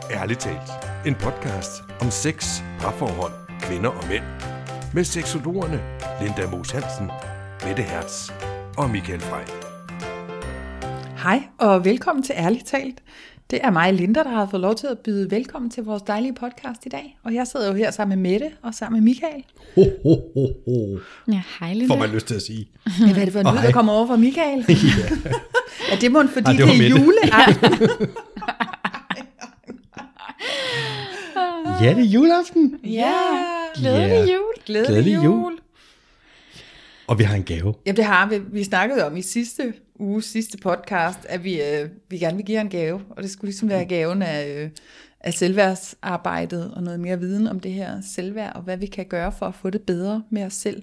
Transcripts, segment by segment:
Ærligt talt. En podcast om sex, parforhold, kvinder og mænd. Med seksologerne Linda Moos Hansen, Mette Hertz og Michael Frey. Hej og velkommen til Ærligt talt. Det er mig, Linda, der har fået lov til at byde velkommen til vores dejlige podcast i dag. Og jeg sidder jo her sammen med Mette og sammen med Michael. Ja, hej Linda. Får man lyst til at sige. Ja, hvad er det for en lyd, der kommer over fra Michael? Ja. Er det måske fordi det er juleaften? Ja, det er juleaften. Ja, Glædelig jul. glædelig jul. Og vi har en gave. Ja, det har vi. Vi snakkede om i sidste podcast, at vi gerne vil give jer en gave. Og det skulle ligesom være gaven af selvværdsarbejdet og noget mere viden om det her selvværd, og hvad vi kan gøre for at få det bedre med os selv.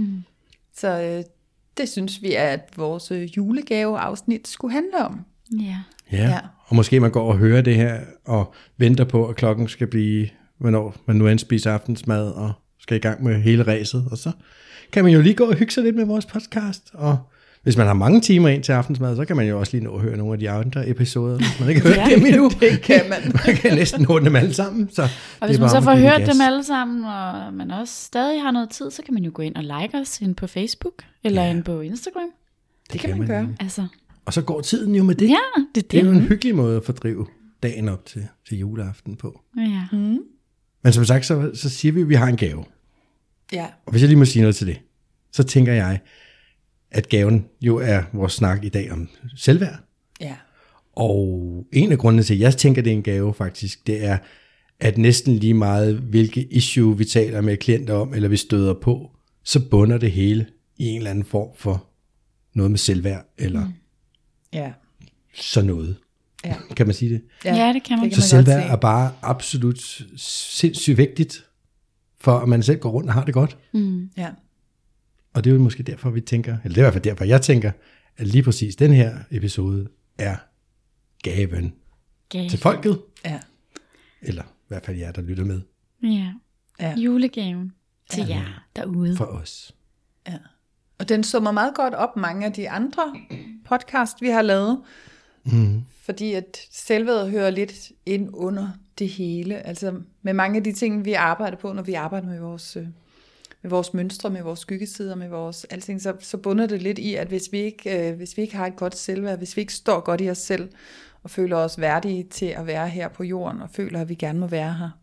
Så det synes vi, at vores julegaveafsnit skulle handle om. Ja. Og måske man går og hører det her, og venter på, at klokken skal blive, hvornår man nu end spiser aftensmad, og skal i gang med hele ræset. Og så kan man jo lige gå og hygge sig lidt med vores podcast. Og hvis man har mange timer ind til aftensmad, så kan man jo også lige nå at høre nogle af de andre episoder, hvis man ikke har hørt dem endnu. Det kan man. Man kan næsten nå dem alle sammen. Så Og hvis man så får hørt dem alle sammen, og man også stadig har noget tid, så kan man jo gå ind og like os ind på Facebook, eller ind på Instagram. Det kan man gøre. Altså, Og så går tiden jo med det. ja, Det er jo en hyggelig måde at fordrive dagen op til juleaften på. Ja. Men som sagt, så siger vi, at vi har en gave. Ja. Og hvis jeg lige må sige noget til det, så tænker jeg, at gaven jo er vores snak i dag om selvværd. Ja. Og en af grundene til, at jeg tænker, at det er en gave faktisk, det er, at næsten lige meget, hvilke issue vi taler med klienter om, eller vi støder på, så bunder det hele i en eller anden form for noget med selvværd, eller Ja. sådan noget. Ja. Kan man sige det? Ja, det kan man. Så selvværd er bare absolut sindssygt vigtigt, for at man selv går rundt og har det godt. Ja. Og det er jo måske derfor, vi tænker, eller det er i hvert fald derfor, jeg tænker, at lige præcis den her episode er gaven til folket. Ja. Eller i hvert fald jer, der lytter med Ja. Julegaven til jer derude. for os. Ja. Og den summer meget godt op mange af de andre podcast, vi har lavet. Fordi at selvværd hører lidt ind under det hele. Altså med mange af de ting, vi arbejder på, når vi arbejder med vores mønstre, med vores skyggesider, med vores alting, så bunder det lidt i, at hvis vi ikke har et godt selvværd, hvis vi ikke står godt i os selv, og føler os værdige til at være her på jorden, og føler, at vi gerne må være her,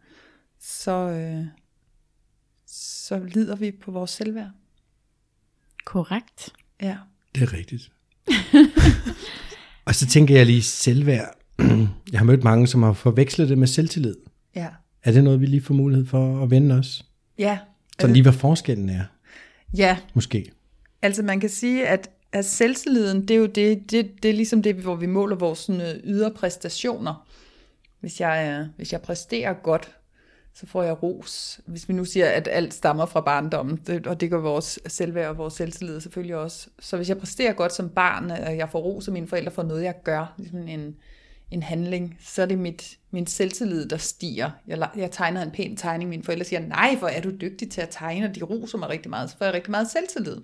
så lider vi på vores selvværd. Korrekt. Ja. Det er rigtigt. Og så tænker jeg lige selvværd. Jeg har mødt mange, som har forvekslet det med selvtillid. Ja. Er det noget, vi lige får mulighed for at vende os? Ja. Så lige hvad forskellen er, Ja. måske. Altså Man kan sige, at selvtilliden, det er jo det er ligesom det, hvor vi måler vores sådan, ydre præstationer. Hvis jeg præsterer godt, så får jeg ros. Hvis vi nu siger, at alt stammer fra barndommen, og det gør vores selvværd og vores selvtillid selvfølgelig også. Så hvis jeg præsterer godt som barn, og jeg får ros af mine forældre for noget, jeg gør, ligesom en handling, så er det min selvtillid, der stiger. Jeg tegner en pæn tegning, mine forældre siger, nej, hvor er du dygtig til at tegne, og de roser mig rigtig meget, så får jeg rigtig meget selvtillid.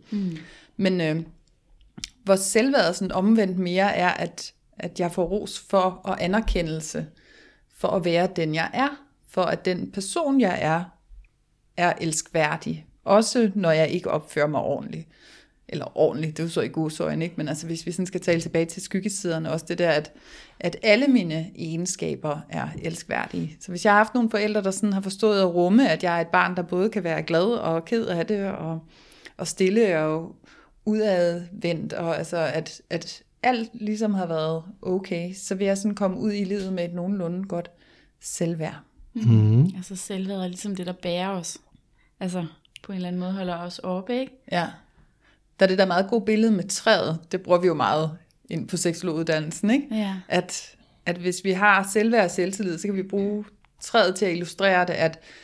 Men vores selvværd sådan omvendt mere er, at jeg får ros for og anerkendelse for at være den, jeg er. For at den person, jeg er elskværdig. Også når jeg ikke opfører mig ordentligt. Eller ordentligt, det er jo så i godsøjne, ikke? Men altså, hvis vi sådan skal tale tilbage til skyggesiderne, også det der, at alle mine egenskaber er elskværdige. Så hvis jeg har haft nogle forældre, der sådan har forstået at rumme, at jeg er et barn, der både kan være glad og ked af det, og stille og udadvendt, og altså, at alt ligesom har været okay, så vil jeg sådan komme ud i livet med et nogenlunde godt selvværd. Altså selvværd er ligesom det, der bærer os. Altså på en eller anden måde holder os oppe, ikke? Ja. Der er det der meget gode billede med træet, det bruger vi jo meget ind på seksologuddannelsen, ikke? Ja. At hvis vi har selvværd og selvtillid, så kan vi bruge træet til at illustrere det,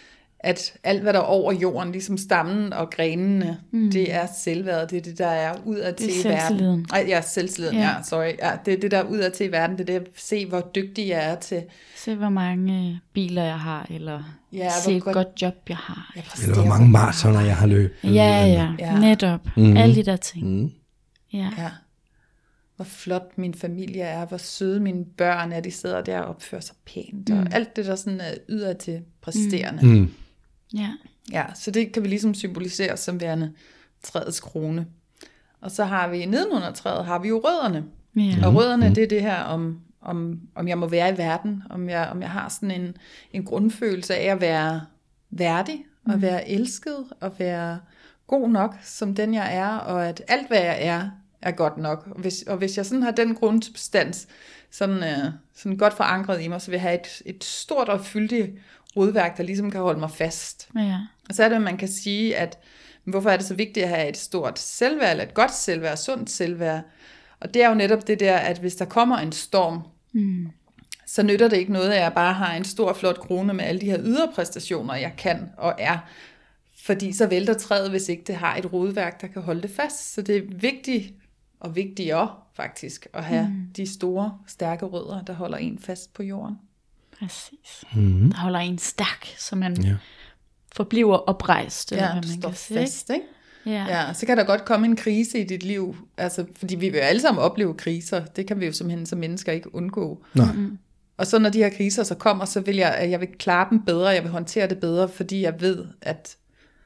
at alt hvad der er over jorden, ligesom stammen og grenene, det er selvværd, det er det, der er udad til i verden. Nej, ja, selvtilliden, sorry. Ja, det er det, der er udad til i verden, det er det at se, hvor dygtig jeg er til. Se, hvor mange biler jeg har, eller se et godt job, jeg har. Eller hvor mange maratoner jeg har løbet. Ja, netop. Alle de der ting. Ja. hvor flot min familie er, hvor søde mine børn er, de sidder der og opfører sig pænt, og alt det, der sådan er ydertil præsterende. Mm. Ja. Ja, så det kan vi ligesom symbolisere som værende træets krone. Og så har vi nedenunder træet, har vi jo rødderne. Ja. Og rødderne, det er det her om jeg må være i verden, om jeg har sådan en grundfølelse af at være værdig, og være elsket, og være god nok, som den jeg er, og at alt hvad jeg er godt nok. Og hvis jeg sådan har den grundsubstans sådan godt forankret i mig, så vil jeg have et stort og fyldigt rodværk, der ligesom kan holde mig fast. Ja. Og så er det, man kan sige, at hvorfor er det så vigtigt at have et stort selvværd, eller et godt selvværd, sundt selvværd. Og det er jo netop det der, at hvis der kommer en storm, så nytter det ikke noget, at jeg bare har en stor, flot krone med alle de her ydre præstationer, jeg kan og er. Fordi så vælter træet, hvis ikke det har et rodværk, der kan holde det fast. Så det er vigtigt, og vigtigere faktisk, at have de store, stærke rødder, der holder en fast på jorden. Præcis. Der holder en stærk, så man forbliver oprejst. Ja, hvad man står kan sige, fast, ikke? Ja. Så kan der godt komme en krise i dit liv, altså, fordi vi vil jo alle sammen opleve kriser, det kan vi jo simpelthen som mennesker ikke undgå. Og så når de her kriser så kommer, så vil jeg vil klare dem bedre, jeg vil håndtere det bedre, fordi jeg ved, at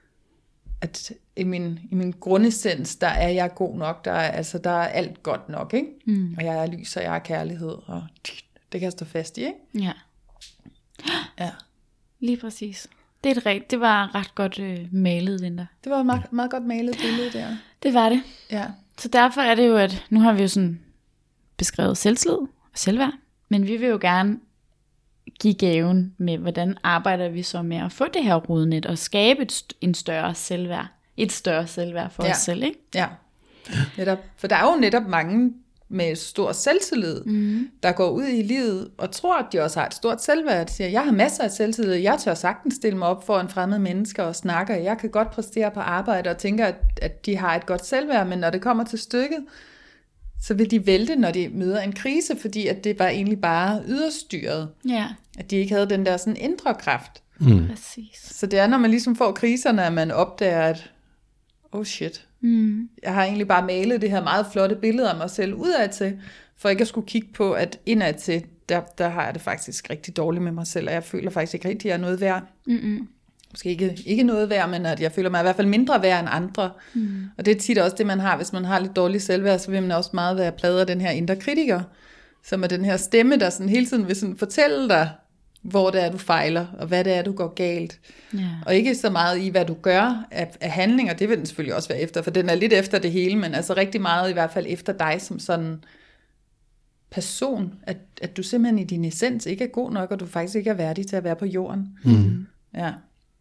i min grundessens, der er jeg god nok, der er alt godt nok, ikke? Og jeg er lys, og jeg er kærlighed, og det kan jeg stå fast i, ikke? Ja. Lige præcis. Det var ret godt malet, Linda. Det var et meget, meget godt malet billede der. Det var det. Ja. Så derfor er det jo, at nu har vi jo sådan beskrevet selvtillid og selvværd, men vi vil jo gerne give gaven med, hvordan arbejder vi så med at få det her rodnet og skabe et større selvværd for os selv, ikke? Ja, netop. For der er jo netop mange med stor selvtillid, der går ud i livet og tror, at de også har et stort selvværd. De siger, jeg har masser af selvtillid, jeg tør sagtens stille mig op for en fremmed mennesker og snakke, jeg kan godt præstere på arbejde og tænker, at de har et godt selvværd, men når det kommer til stykket, så vil de vælte, når de møder en krise, fordi at det var egentlig bare yderstyret. Ja. At de ikke havde den der sådan indre kraft. Præcis. Så det er, når man ligesom får kriserne, at man opdager, at oh shit, jeg har egentlig bare malet det her meget flotte billede af mig selv udad til, for ikke at skulle kigge på, at indad til, der har jeg det faktisk rigtig dårligt med mig selv, og jeg føler faktisk ikke rigtig, at jeg er noget værd. Måske ikke noget værd, men at jeg føler mig i hvert fald mindre værd end andre. Og det er tit også det, man har, hvis man har lidt dårligt selvværd, så vil man også meget være plaget af den her indre kritiker, som er den her stemme, der sådan hele tiden vil sådan fortælle dig, hvor det er, du fejler, og hvad det er, du går galt. Ja. Og ikke så meget i, hvad du gør af handlinger, det vil den selvfølgelig også være efter, for den er lidt efter det hele, men altså rigtig meget i hvert fald efter dig som sådan person, at du simpelthen i din essens ikke er god nok, og du faktisk ikke er værdig til at være på jorden. Ja.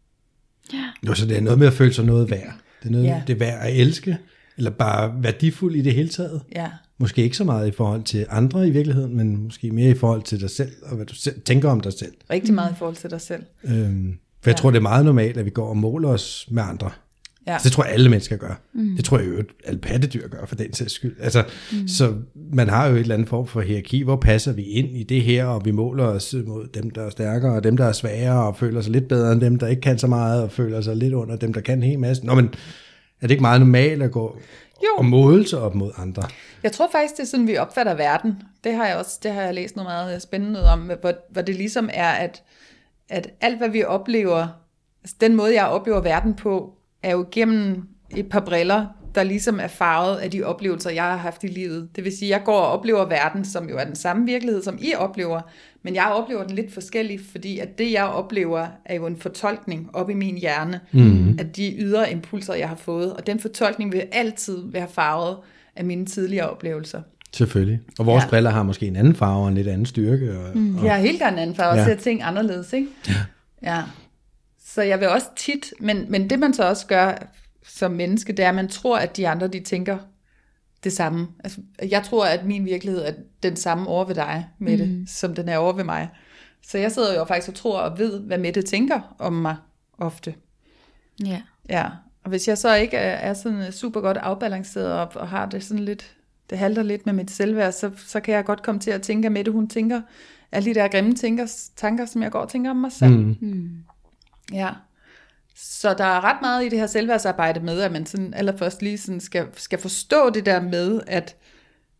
Jo, så det er noget med at føle sig noget værd. Det er noget, det er værd at elske, eller bare værdifuld i det hele taget. Ja. Måske ikke så meget i forhold til andre i virkeligheden, men måske mere i forhold til dig selv, og hvad du selv tænker om dig selv. Rigtig meget i forhold til dig selv. For jeg tror, det er meget normalt, at vi går og måler os med andre. Ja. Så det tror jeg, alle mennesker gør. Det tror jeg jo, alle pattedyr gør for den sags skyld. Altså, så man har jo et eller andet form for hierarki. Hvor passer vi ind i det her, og vi måler os mod dem, der er stærkere, og dem, der er svagere, og føler sig lidt bedre end dem, der ikke kan så meget, og føler sig lidt under dem, der kan en hel masse. Men er det ikke meget normalt at gå og måle sig op mod andre? Jeg tror faktisk, det er sådan, vi opfatter verden. Det har jeg læst noget meget spændende om, hvor det ligesom er, at alt, hvad vi oplever, altså den måde, jeg oplever verden på, er jo gennem et par briller, der ligesom er farvet af de oplevelser, jeg har haft i livet. Det vil sige, at jeg går og oplever verden, som jo er den samme virkelighed, som I oplever, men jeg oplever den lidt forskelligt, fordi at det, jeg oplever, er jo en fortolkning op i min hjerne, af de ydre impulser, jeg har fået, og den fortolkning vil altid være farvet af mine tidligere oplevelser. Selvfølgelig. Og vores briller har måske en anden farve og en lidt anden styrke. Jeg har helt gerne en anden farve, og ser ting anderledes, ikke? Ja. Så jeg vil også tit, men det man så også gør som menneske, det er, at man tror, at de andre, de tænker det samme. Altså, jeg tror, at min virkelighed er den samme over ved dig, Mette, som den er over ved mig. Så jeg sidder jo faktisk og tror og ved, hvad Mette tænker om mig ofte. Ja. Ja. Og hvis jeg så ikke er sådan super godt afbalanceret og har det sådan lidt, det halter lidt med mit selvværd, så kan jeg godt komme til at tænke, at Mette, hun tænker alle de der grimme tanker, som jeg går og tænker om mig selv. Ja. Så der er ret meget i det her selvværdsarbejde med, at man sådan allerførst lige sådan skal forstå det der med,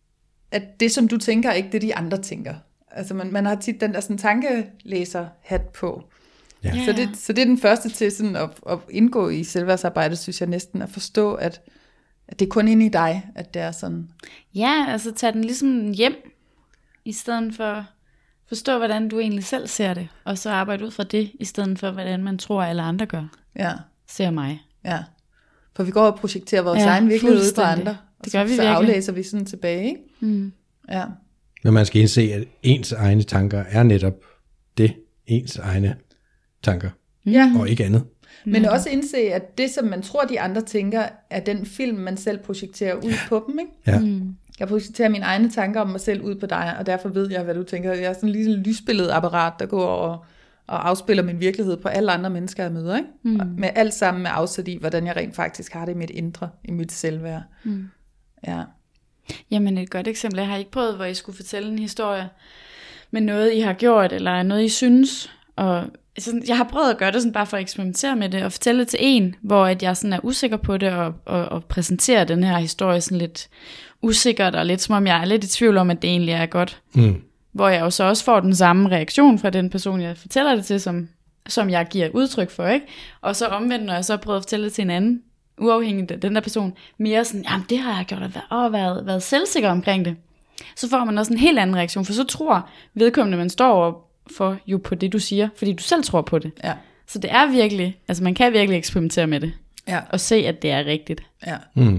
at det, som du tænker, er ikke det, de andre tænker. Altså man har tit den der sådan tankelæser-hat på. Ja. Så det er den første til sådan at indgå i selvværdsarbejdet, synes jeg næsten, at forstå, at det er kun inde i dig, at det er sådan. Ja, altså tage den ligesom hjem, i stedet for forstå, hvordan du egentlig selv ser det, og så arbejde ud fra det, i stedet for, hvordan man tror, alle andre gør. Ja. Ser mig. Ja. For vi går og projekterer vores egen virkelighed ud på andre. Det gør vi så virkelig. aflæser vi sådan tilbage, ikke? Mm. Ja. Men man skal indse, at ens egne tanker er netop det, ens egne tanker, og ikke andet. Men også indse, at det, som man tror, de andre tænker, er den film, man selv projekterer ud på dem, ikke? Ja. Jeg projekterer mine egne tanker om mig selv ud på dig, og derfor ved jeg, hvad du tænker. Jeg er sådan lige en lysbilledapparat, der går og afspiller min virkelighed på alle andre mennesker, jeg møder, ikke? Med alt sammen med afsæt i, hvordan jeg rent faktisk har det i mit indre, i mit selvværd. Ja. Jamen et godt eksempel, jeg har ikke prøvet, hvor I skulle fortælle en historie med noget, I har gjort, eller noget, I synes, og sådan, jeg har prøvet at gøre det sådan bare for at eksperimentere med det, og fortælle det til en, hvor at jeg sådan er usikker på det, og præsentere den her historie sådan lidt usikkert, og lidt som om jeg er lidt i tvivl om, at det egentlig er godt. Hvor jeg jo så også får den samme reaktion fra den person, jeg fortæller det til, som jeg giver udtryk for, ikke? Og så omvendt, når jeg så prøver at fortælle det til en anden, uafhængigt af den der person, mere sådan, jamen det har jeg gjort, og været selvsikker omkring det. Så får man også en helt anden reaktion, for så tror vedkommende, man står over for jo på det, du siger, fordi du selv tror på det. Ja. Så det er virkelig, altså man kan virkelig eksperimentere med det, og se, at det er rigtigt. Ja.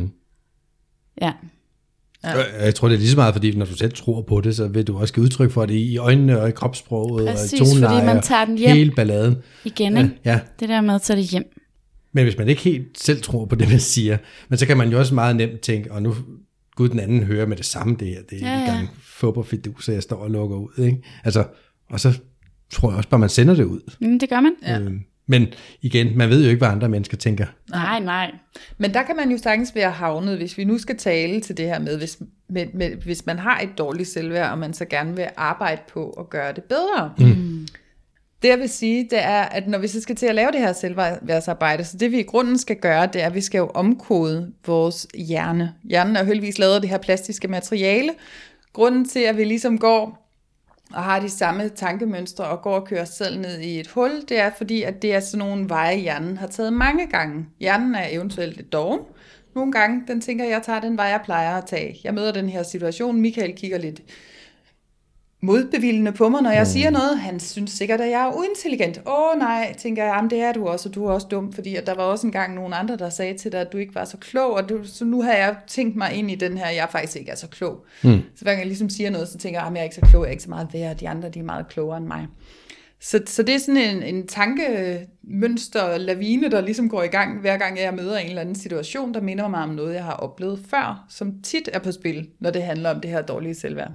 Ja. Jeg tror, det er lige så meget, fordi når du selv tror på det, så vil du også give udtryk for det i øjnene og i kropssproget. Præcis, og i toneleje, fordi man tager den hjem. Hele balladen. Igen, ikke? Ja. Det der med at tage det hjem. Men hvis man ikke helt selv tror på det, man siger, men så kan man jo også meget nemt tænke, og nu Gud den anden hører med det samme, det her, det er en gang fup og fidus, så jeg står og lukker ud, ikke? Altså, og så tror jeg også bare, man sender det ud. Det gør man. Ja. Men igen, man ved jo ikke, hvad andre mennesker tænker. Nej. Men der kan man jo sagtens være havnet, hvis vi nu skal tale til det her med, hvis man har et dårligt selvværd, og man så gerne vil arbejde på at gøre det bedre. Det jeg vil sige, det er, at når vi så skal til at lave det her selvværdsarbejde, så det vi i grunden skal gøre, det er, at vi skal jo omkode vores hjerne. Hjernen er jo heldigvis lavet af det her plastiske materiale. Grunden til, at vi ligesom går og har de samme tankemønstre og går og kører os selv ned i et hul, det er fordi, at det er sådan nogle veje, hjernen har taget mange gange. Hjernen er eventuelt lidt doven. Nogle gange, den tænker, jeg tager den vej, jeg plejer at tage. Jeg møder den her situation, Michael kigger lidt modbevilende på mig, når jeg siger noget. Han synes sikkert, at jeg er uintelligent. Nej, tænker jeg, det er du også, og du er også dum, fordi at der var også engang nogle andre, der sagde til dig, at du ikke var så klog, og så nu har jeg tænkt mig ind i den her, jeg faktisk ikke er så klog. Så hver gang jeg ligesom siger noget, så tænker jeg, jeg er ikke så klog, jeg er ikke så meget værd, de andre, de er meget klogere end mig. Så det er sådan en tankemønster, lavine, der ligesom går i gang, hver gang jeg møder en eller anden situation, der minder mig om noget, jeg har oplevet før, som tit er på spil, når det handler om det her dårlige selvværd.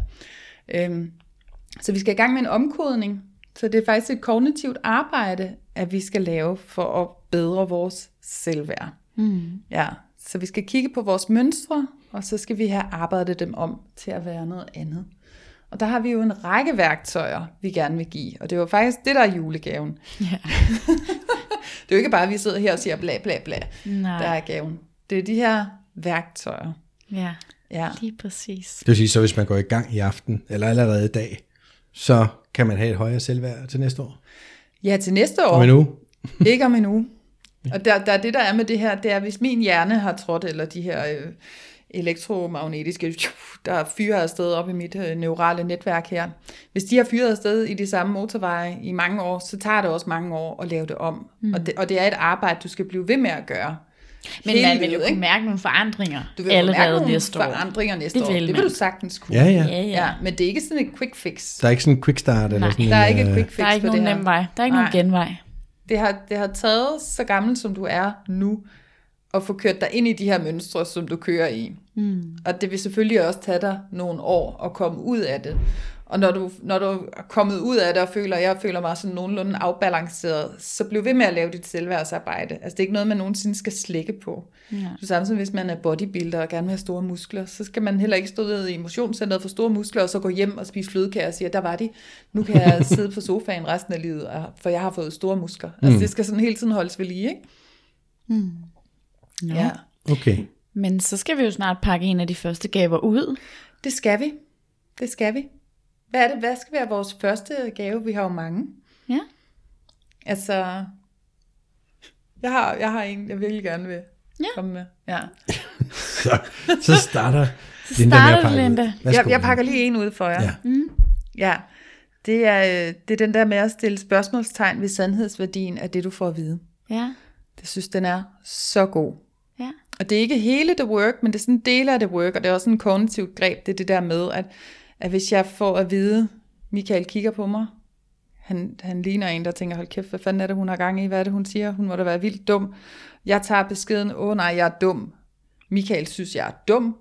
Så vi skal i gang med en omkodning. Så det er faktisk et kognitivt arbejde, at vi skal lave for at bedre vores selvværd. Ja, så vi skal kigge på vores mønstre, og så skal vi have arbejdet dem om til at være noget andet. Og der har vi jo en række værktøjer, vi gerne vil give. Og det var faktisk det, der er julegaven. Ja. Det er jo ikke bare, at vi sidder her og siger bla bla bla. Nej. Der er gaven. Det er de her værktøjer. Ja, lige præcis. Det vil sige, så hvis man går i gang i aften, eller allerede i dag, så kan man have et højere selvværd til næste år? Ja, til næste år. Om en uge? Ikke om en uge. Og der er det, der er med det her, det er, hvis min hjerne har trådt, eller de her elektromagnetiske, der fyrer afsted op i mit neurale netværk her. Hvis de har fyret afsted i de samme motorveje i mange år, så tager det også mange år at lave det om. Og det er et arbejde, du skal blive ved med at gøre. Men man vil jo kunne mærke nogle forandringer du vil allerede næste år. Forandringer næste år. Det vil du sagtens kunne. Ja. Men det er ikke sådan et quick fix. Der er ikke sådan en quick start? Eller sådan der er ikke et quick fix. Der er ikke nogen nem vej. Der er ikke nogen genvej. Det har taget, så gammel som du er nu, at få kørt dig ind i de her mønstre, som du kører i. Og det vil selvfølgelig også tage dig nogle år at komme ud af det. Og når du er kommet ud af det og jeg føler mig sådan nogenlunde afbalanceret, så bliv ved med at lave dit selvværdsarbejde. Altså det er ikke noget, man nogensinde skal slække på. Ja. Så samme som hvis man er bodybuilder og gerne vil have store muskler, så skal man heller ikke stå ved i motionscenteret for store muskler, og så gå hjem og spise flødekager og sige, der var de. Nu kan jeg sidde på sofaen resten af livet, for jeg har fået store muskler. Altså det skal sådan hele tiden holdes ved lige, ikke? Ja. Okay. Men så skal vi jo snart pakke en af de første gaver ud. Det skal vi. Det skal vi. Hvad skal være vores første gave? Vi har jo mange. Ja. Altså, jeg har en, jeg virkelig gerne vil komme med. Ja. Så starter Linda. Jeg pakker lige en ud for jer. Ja. Det er den der med at stille spørgsmålstegn ved sandhedsværdien af det, du får at vide. Ja. Det synes, den er så god. Ja. Og det er ikke hele the work, men det er sådan en del af the work, og det er også en kognitivt greb. Det er det der med, at hvis jeg får at vide, Michael kigger på mig, han ligner en, der tænker, hold kæft, hvad fanden er det, hun har gang i? Hvad er det, hun siger? Hun må da være vildt dum. Jeg tager beskeden, nej, jeg er dum. Michael synes, jeg er dum.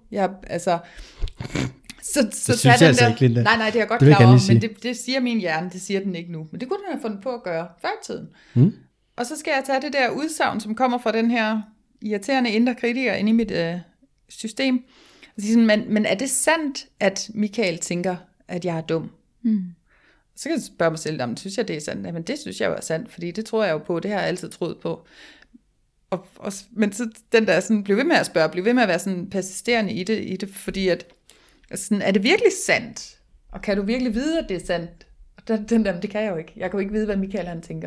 Så det synes jeg altså ikke, Linda. Nej, det er jeg godt klar over, men det siger min hjerne, det siger den ikke nu. Men det kunne den have fundet på at gøre før i tiden. Og så skal jeg tage det der udsagn, som kommer fra den her irriterende indre kritiker inde i mit system. Men er det sandt, at Michael tænker, at jeg er dum? Så kan jeg spørge mig selv, om synes jeg, det er sandt? Jamen det synes jeg jo er sandt, fordi det tror jeg jo på, det har jeg altid troet på. Men så den der sådan, bliv ved med at spørge, bliv ved med at være sådan persisterende i det, fordi at sådan, er det virkelig sandt? Og kan du virkelig vide, at det er sandt? Og det kan jeg jo ikke. Jeg kan jo ikke vide, hvad Michael han tænker.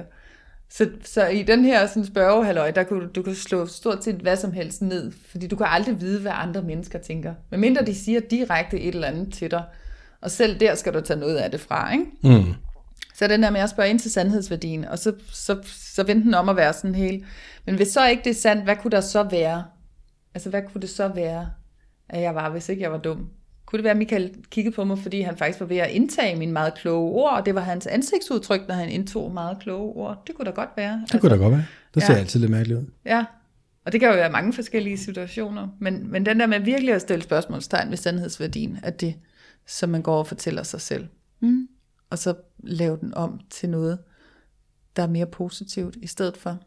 Så i den her sådan spørgehalløj, der kunne du slå stort set hvad som helst ned, fordi du kan aldrig vide, hvad andre mennesker tænker. Medmindre de siger direkte et eller andet til dig, og selv der skal du tage noget af det fra, ikke? Så den der med at spørge ind til sandhedsværdien, og så vende den om at være sådan helt. Men hvis så ikke det er sandt, hvad kunne der så være? Altså hvad kunne det så være, at jeg var, hvis ikke jeg var dum? Kunne det være, at Michael kiggede på mig, fordi han faktisk var ved at indtage mine meget kloge ord, og det var hans ansigtsudtryk, når han indtog meget kloge ord. Det kunne da godt være. Det kunne da godt være. Det ser altid lidt mærkeligt ud. Ja, og det kan jo være mange forskellige situationer. Men den der med virkelig at stille spørgsmålstegn ved sandhedsværdien, at det, som man går og fortæller sig selv. Og så lave den om til noget, der er mere positivt i stedet for.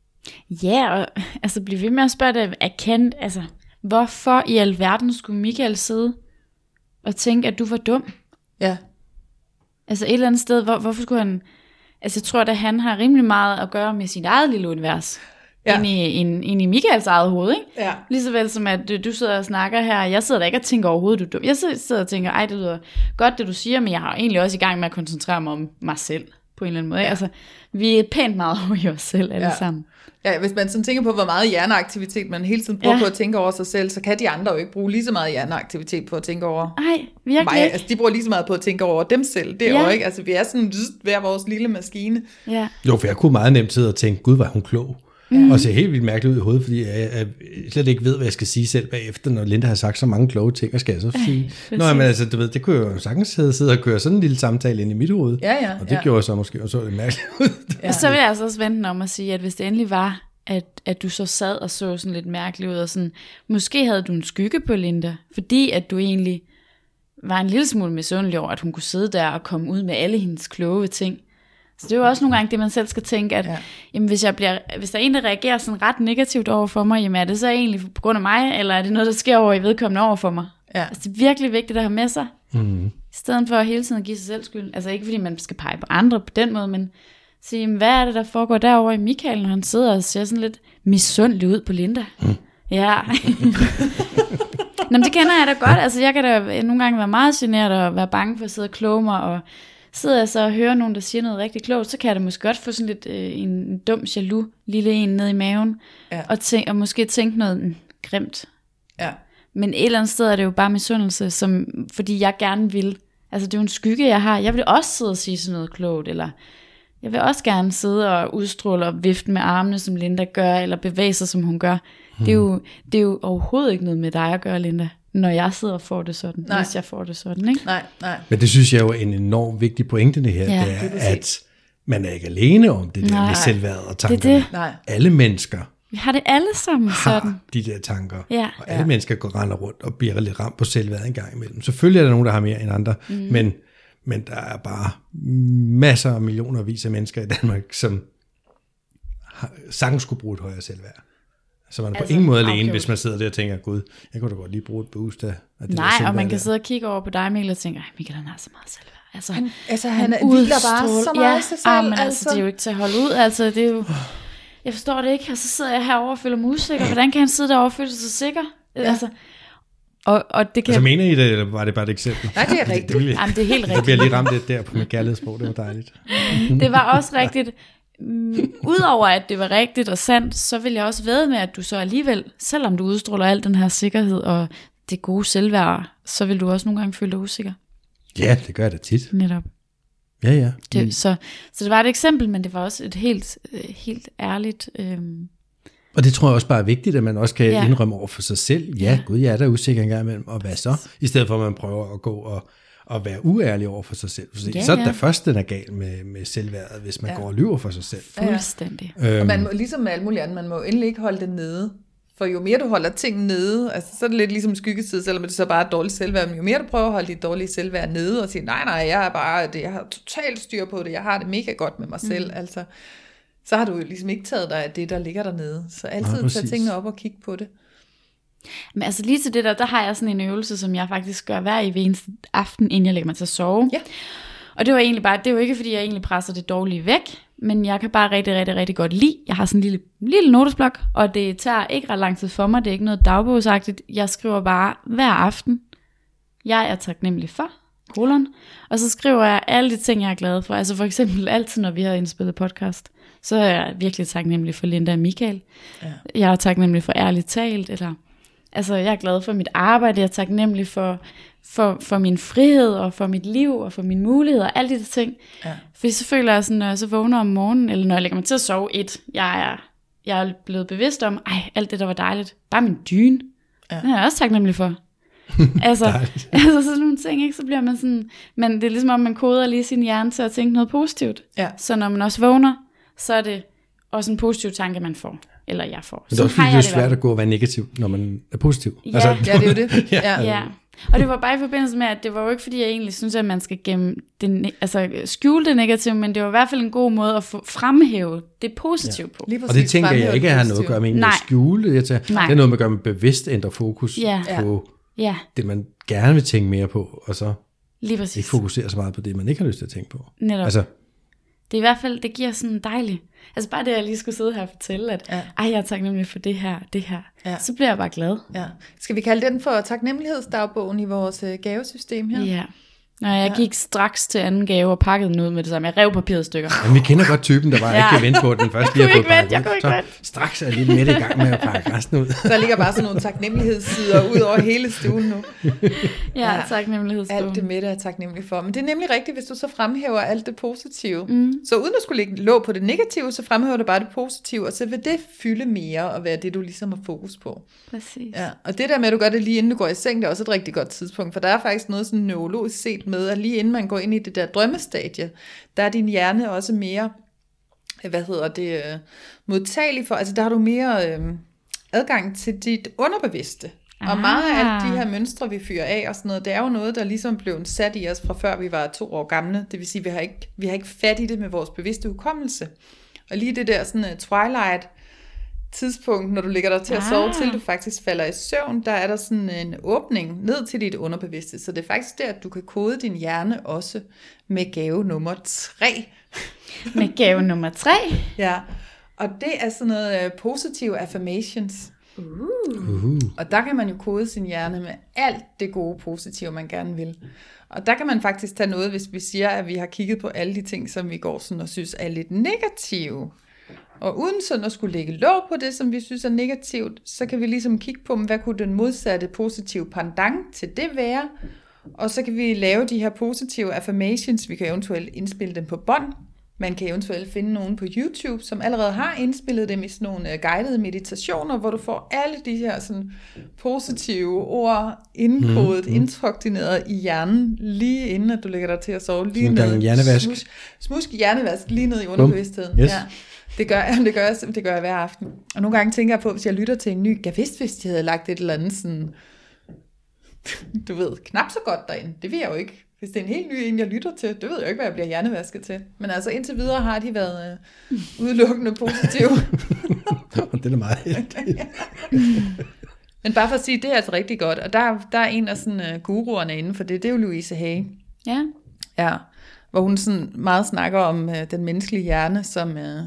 Ja, og altså blive ved med at spørge dig, erkendt, altså hvorfor i alverden skulle Michael sidde og tænke, at du var dum? Ja. Altså et eller andet sted, hvorfor skulle han... Altså jeg tror, at han har rimelig meget at gøre med sit eget lille univers. Ja. Ind i Michaels eget hoved, ikke? Ja. Ligeså vel som at du sidder og snakker her, jeg sidder der ikke og tænker overhovedet, du er dum. Jeg sidder og tænker, det lyder godt, det du siger, men jeg har egentlig også i gang med at koncentrere mig om mig selv, på en eller anden måde. Ja. Altså, vi er pænt meget over i os selv alle sammen. Ja, hvis man sådan tænker på, hvor meget hjerneaktivitet man hele tiden bruger på at tænke over sig selv, så kan de andre jo ikke bruge lige så meget hjerneaktivitet på at tænke over virkelig mig. Altså, de bruger lige så meget på at tænke over dem selv. Det er jo ikke, altså vi er sådan hver vores lille maskine. Ja. Jo, for jeg kunne meget nemt sidde og tænke, gud, var hun klog. Og ser helt vildt mærkeligt ud i hovedet, fordi jeg slet ikke ved, hvad jeg skal sige selv bagefter, når Linda har sagt så mange kloge ting, og skal jeg så sige. Nå, men altså, du ved, det kunne jeg jo sagtens sidde og køre sådan en lille samtale ind i mit hoved. Ja, og det gjorde så måske, og så det mærkeligt ud. Og så vil jeg altså også vente om at sige, at hvis det endelig var, at du så sad og så sådan lidt mærkeligt ud, og sådan, måske havde du en skygge på Linda, fordi at du egentlig var en lille smule misundelig over, at hun kunne sidde der og komme ud med alle hendes kloge ting. Så det er jo også nogle gange det, man selv skal tænke, at jamen, hvis der er en, der reagerer sådan ret negativt over for mig, jamen er det så egentlig på grund af mig, eller er det noget, der sker over i vedkommende over for mig? Ja. Altså, det er virkelig vigtigt at have med sig, i stedet for hele tiden at give sig selv skyld. Altså ikke fordi man skal pege på andre på den måde, men sige, jamen, hvad er det, der foregår derovre i Michael, når han sidder og ser sådan lidt misundelig ud på Linda? Ja. Nå, det kender jeg da godt. Altså jeg kan da nogle gange være meget generet og være bange for at sidde og kloge mig, og sidder jeg så og hører nogen, der siger noget rigtig klogt, så kan jeg da måske godt få sådan lidt en dum jaloux lille en ned i maven, og måske tænke noget grimt. Ja. Men et eller andet sted er det jo bare misundelse, fordi jeg gerne vil. Altså det er jo en skygge, jeg har. Jeg vil også sidde og sige sådan noget klogt, eller jeg vil også gerne sidde og udstråle og vifte med armene, som Linda gør, eller bevæge sig, som hun gør. Det er jo overhovedet ikke noget med dig at gøre, Linda, når jeg sidder og får det sådan, hvis jeg får det sådan, ikke? Nej. Men det synes jeg jo er en enormt vigtig pointe, det her, det er, at man er ikke alene om det der med selvværd og tanker. Det. Alle mennesker vi har det alle sammen sådan. De der tanker, og alle mennesker går render rundt og bliver lidt ramt på selvværd en gang imellem. Selvfølgelig er der nogen, der har mere end andre, men der er bare masser af millionervis af mennesker i Danmark, som sagtens skulle bruge et højere selvværd. Så man er på ingen måde alene, hvis man sidder der og tænker, gud, jeg kunne da godt lige bruge et boost af det. Nej, og man kan sidde og kigge over på dig, Mikkel, og tænke, Mikkel, han har så meget selvværd. Han hviler bare så meget af sig selv. Men altså, det er jo ikke til at holde ud. Altså, det er jo, jeg forstår det ikke, og så sidder jeg herovre og føler mig usikker. Hvordan kan han sidde derovre og føle sig så sikker? Ja. Altså, Og det kan... Altså mener I det, eller var det bare et eksempel? Nej, det er rigtigt. Jamen, det er helt Der rigtigt. bliver lige ramt lidt der på mit kærlighedssprog, det var dejligt. Det var også rigtigt. Udover at det var rigtigt og sandt, så vil jeg også vædde med, at du så alligevel, selvom du udstråler al den her sikkerhed og det gode selvværd, så vil du også nogle gange føle dig usikker. Ja, det gør jeg da tit. Netop. Ja. Så det var et eksempel, men det var også et helt ærligt... Og det tror jeg også bare er vigtigt, at man også kan Ja. indrømme over for sig selv. Ja, gud, jeg er da usikker en gang imellem, og hvad så? I stedet for, at man prøver at gå og være uærlig over for sig selv. For så er det da først, den er gal med selvværdet, hvis man går og lyver for sig selv. Fuldstændig. Og man må, ligesom med alt muligt andet, man må endelig ikke holde det nede. For jo mere du holder ting nede, altså, så er det lidt ligesom skyggeside, selvom det så bare er dårligt selvværd, men jo mere du prøver at holde dit dårlige selvværd nede, og sige, nej, jeg har totalt styr på det, jeg har det mega godt med mig selv, altså, så har du jo ligesom ikke taget dig af det, der ligger dernede. Så altid tage tingene op og kigge på det. Men altså lige til det der har jeg sådan en øvelse, som jeg faktisk gør hver eneste aften, inden jeg lægger mig til at sove. Ja. Og det var egentlig bare, det er jo ikke fordi jeg egentlig presser det dårlige væk, men jeg kan bare rigtig, rigtig, rigtig godt lide. Jeg har sådan en lille notesblok, og det tager ikke ret lang tid for mig, det er ikke noget dagbogsagtigt. Jeg skriver bare hver aften, jeg er taknemmelig for, og så skriver jeg alle de ting, jeg er glad for. Altså for eksempel altid, når vi har indspillet podcast, så er jeg virkelig taknemmelig for Linda og Michael. Ja. Jeg er taknemmelig for ærligt talt, eller... Altså, jeg er glad for mit arbejde, jeg er taknemmelig for min frihed, og for mit liv, og for mine muligheder, og alle de ting. Ja. Fordi så føler jeg sådan, når jeg så vågner om morgenen, eller når jeg lægger mig til at sove, jeg er blevet bevidst om, alt det, der var dejligt, bare min dyne, den er jeg også taknemmelig for. altså sådan nogle ting, ikke? Så bliver man sådan, men det er ligesom om, man koder lige sin hjerne til at tænke noget positivt. Ja. Så når man også vågner, så er det også en positiv tanke, man får. Eller jeg får. Men det er også fordi, det er svært at gå og være negativ, når man er positiv. Ja, altså, det er jo det. Ja. Og det var bare i forbindelse med, at det var jo ikke fordi, jeg egentlig synes, at man skal skjule det negative, men det var i hvert fald en god måde at fremhæve det positive på. Og det tænker jeg ikke at have noget at gøre med at skjule. Det er noget, man gør med bevidst ændre fokus på det, man gerne vil tænke mere på, og så ikke fokusere så meget på det, man ikke har lyst til at tænke på. Netop. Altså, det er i hvert fald, det giver sådan dejligt. Altså bare det, at jeg lige skulle sidde her og fortælle, at jeg er taknemmelig for det her, så bliver jeg bare glad. Ja. Skal vi kalde den for taknemmelighedsdagbogen i vores gavesystem her? Ja. Nå, jeg gik straks til anden gave og pakkede den ud med det samme. Jeg rev papiret i stykker. Men vi kender godt typen, der bare ikke kan vente på den første, vi har fået pakket. Jeg kunne ikke vente. Straks er lige midt i gang med at pakke resten ud. Der ligger bare sådan nogle taknemmelighedssider ud over hele stuen nu. Ja, taknemmelighedsbogen. Alt det Mette er taknemmelig for. Men det er nemlig rigtigt, hvis du så fremhæver alt det positive. Så uden at skulle lægge låg på det negative, så fremhæver du bare det positive, og så vil det fylde mere og være det, du ligesom har fokus på. Præcis. Ja. Og det der med, at du gør det lige inden du går i seng, det er også et rigtig godt tidspunkt, for der er faktisk noget sådan neurologisk set med, at lige inden man går ind i det der drømmestadie, der er din hjerne også mere, modtagelig for, altså der har du mere adgang til dit underbevidste. Og meget af alle de her mønstre, vi fyrer af og sådan noget, det er jo noget, der ligesom blev sat i os fra før vi var 2 år gamle. Det vil sige, vi har ikke fat i det med vores bevidste hukommelse. Og lige det der sådan twilight tidspunkt, når du ligger der til at sove, til du faktisk falder i søvn, der er der sådan en åbning ned til dit underbevidste. Så det er faktisk der, at du kan kode din hjerne også med gave nummer 3. Med gave nummer 3? Ja, og det er sådan noget positive affirmations. Og der kan man jo kode sin hjerne med alt det gode positive, man gerne vil. Og der kan man faktisk tage noget, hvis vi siger, at vi har kigget på alle de ting, som vi går sådan og synes er lidt negative. Og uden sådan at skulle lægge låg på det, som vi synes er negativt, så kan vi ligesom kigge på, hvad kunne den modsatte positive pendant til det være. Og så kan vi lave de her positive affirmations. Vi kan eventuelt indspille dem på bånd. Man kan eventuelt finde nogen på YouTube, som allerede har indspillet dem i sådan nogle guidede meditationer, hvor du får alle de her sådan positive ord indkodet, introktrineret i hjernen, lige inden at du lægger dig til at sove. Lige ned. Smusk hjernevask lige ned i underbevidstheden. Yes. Ja. Det gør jeg hver aften. Og nogle gange tænker jeg på, hvis jeg lytter til en ny, jeg vidste, hvis de havde lagt et eller andet sådan, du ved, knap så godt derinde. Det vil jeg jo ikke. Hvis det er en helt ny en, jeg lytter til, det ved jeg jo ikke, hvad jeg bliver hjernevasket til. Men altså indtil videre har de været udelukkende positive. Det er meget heldigt. Men bare for at sige, det er altså rigtig godt. Og der er en af sådan guruerne inden for det er jo Louise Hay. Ja. Ja, hvor hun sådan meget snakker om den menneskelige hjerne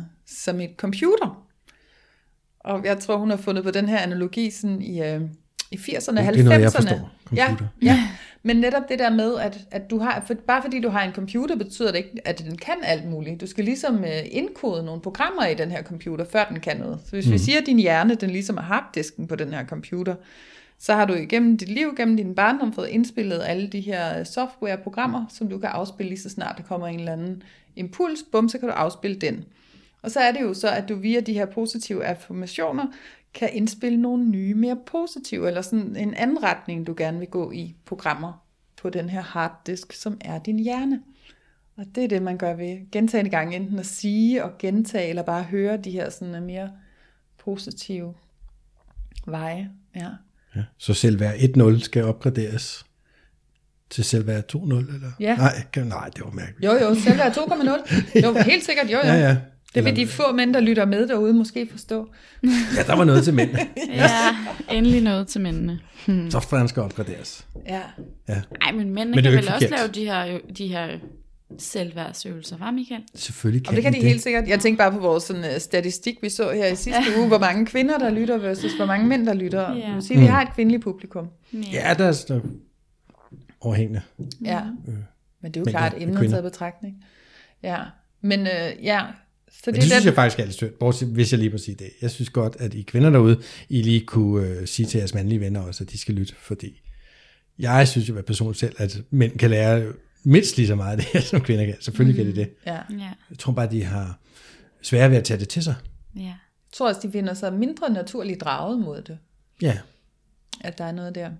som et computer. Og jeg tror, hun har fundet på den her analogi sådan i 80'erne, Det er noget, jeg 90'erne. forstår. Computer. Ja. Men netop det der med, at du har, bare fordi du har en computer, betyder det ikke, at den kan alt muligt. Du skal ligesom indkode nogle programmer i den her computer, før den kan noget. Så hvis vi siger, at din hjerne, den ligesom er harddisken på den her computer, så har du igennem dit liv, gennem din barndom, fået indspillet alle de her softwareprogrammer, som du kan afspille lige så snart der kommer en eller anden impuls, bum, så kan du afspille den. Og så er det jo så, at du via de her positive affirmationer, kan indspille nogle nye, mere positive, eller sådan en anden retning, du gerne vil gå i programmer på den her harddisk, som er din hjerne. Og det er det, man gør ved gentagende gange, enten at sige og gentage, eller bare høre de her sådan mere positive veje. Ja. Ja. Så selvværd 1.0 skal opgraderes til selvværd 2.0, eller? Ja. Nej, det var mærkeligt. Jo, selvværd 2.0. Jo, helt sikkert, jo. Ja. Det vil de få mænd, der lytter med derude, måske forstå. Ja, der var noget til mænd. Ja, endelig noget til mændene. Softwaren skal opgraderes. Ja. Ej, men mændene Men det er kan jo vel ikke også forkert. lave de her selvværdsøvelser, var Michael? Selvfølgelig kan Og det kan de det. helt sikkert. Jeg tænker bare på vores sådan, statistik, vi så her i sidste uge, hvor mange kvinder, der lytter versus hvor mange mænd, der lytter. Ja. Du vil sige, vi har et kvindeligt publikum. Ja, der er sådan overhængende. Ja. Men det er jo Men klart, det er emnet kvinder. taget betragtning. Ja. Men ja, så Men det det er synes den. jeg faktisk er lidt sødt, bortset, hvis jeg lige må sige det. Jeg synes godt, at I kvinder derude, I lige kunne sige til jeres mandlige venner også, at de skal lytte, fordi jeg synes jo personligt selv, at mænd kan lære mindst lige så meget af det her, som kvinder kan. Selvfølgelig kan de det. Ja. Ja, Jeg tror bare, de har svært ved at tage det til sig. ja. Jeg tror også, de finder sig mindre naturligt draget mod det. Ja, At der er noget der.